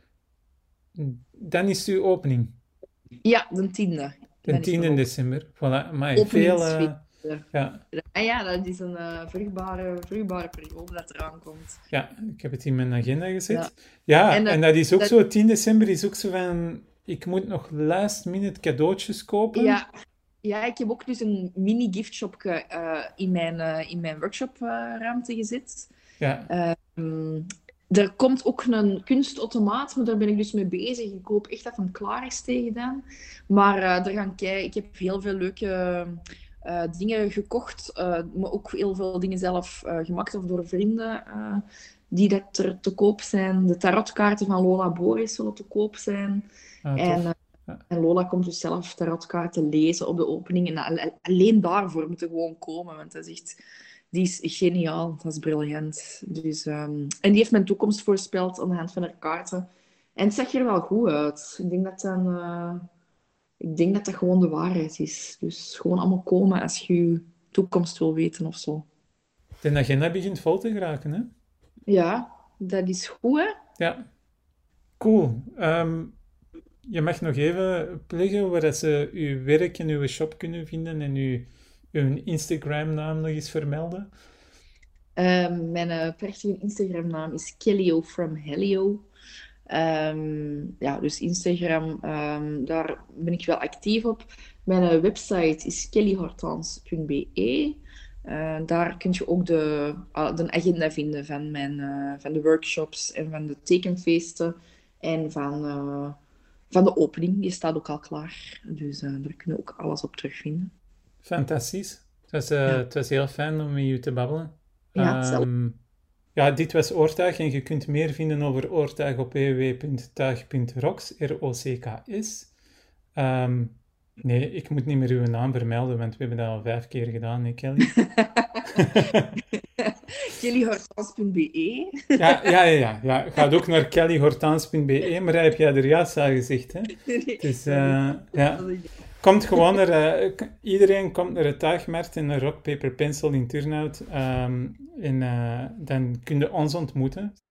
Dan is uw opening. Ja, de tiende. De Dan is tiende mijn december. Voilà, maar veel... eh, openingsfeest. ja, En ja, dat is een eh, vruchtbare, vruchtbare periode dat eraan komt. ja, ik heb het in mijn agenda gezet. Ja. Ja, En, en, eh, dat is ook dat- zo, tien december is ook zo van... Ik moet nog last minute cadeautjes kopen. Ja, ja, ik heb ook dus een mini giftshopje eh, in mijn, eh, in mijn workshopruimte gezet. Ja, Ehm, er komt ook een kunstautomaat, maar daar ben ik dus mee bezig. Ik hoop echt dat hem klaar is tegen dan. Maar eh er gaan kei- ik heb heel veel leuke eh, dingen gekocht, eh, maar ook heel veel dingen zelf eh, gemaakt of door vrienden eh, die dat er te koop zijn. De tarotkaarten van Lola Boris zullen te koop zijn. ah, tof. En, eh, Ja. en Lola komt dus zelf tarotkaarten lezen op de opening. En al- alleen daarvoor moeten gewoon komen, want dat is echt... Die is geniaal, dat is briljant. Dus, ehm, en die heeft mijn toekomst voorspeld aan de hand van haar kaarten. En het zag er wel goed uit. Ik denk dat dan, eh, ik denk dat dat gewoon de waarheid is. Dus gewoon allemaal komen als je je toekomst wil weten of zo. De agenda begint vol te geraken, hè? Ja, dat is goed, hè? Ja, cool. Ehm, je mag nog even pluggen waar dat ze uw werk en uw shop kunnen vinden en uw, uw Instagram-naam nog eens vermelden. Ehm, mijn eh, prachtige Instagram-naam is Kellyo from Helio. Ehm, ja, dus Instagram, ehm, daar ben ik wel actief op. Mijn eh, website is kellyhortans punt be. Uh, daar kun je ook de, uh, de agenda vinden van, mijn, uh, van de workshops en van de tekenfeesten en van, uh, van de opening. Die staat ook al klaar. Dus uh, daar kun je ook alles op terugvinden. Fantastisch. Het was, uh, ja. het was heel fijn om met je te babbelen. Ja, um, ja, dit was Oortuig en je kunt meer vinden over Oortuig op w w w punt tuig punt rocks, R O C K S. Um, nee, ik moet niet meer uw naam vermelden, want we hebben dat al vijf keer gedaan, hè, Kelly? kelly hortans punt b e ja, ja, ja, ja. Ga ook naar kelly hortans punt b e, maar dat heb jij er juist al gezegd, hè? Dus, uh, ja. Komt gewoon naar, uh, iedereen komt naar het tuigmarkt in een Rock Paper Pencil in Turnhout um, en uh, dan kun je ons ontmoeten.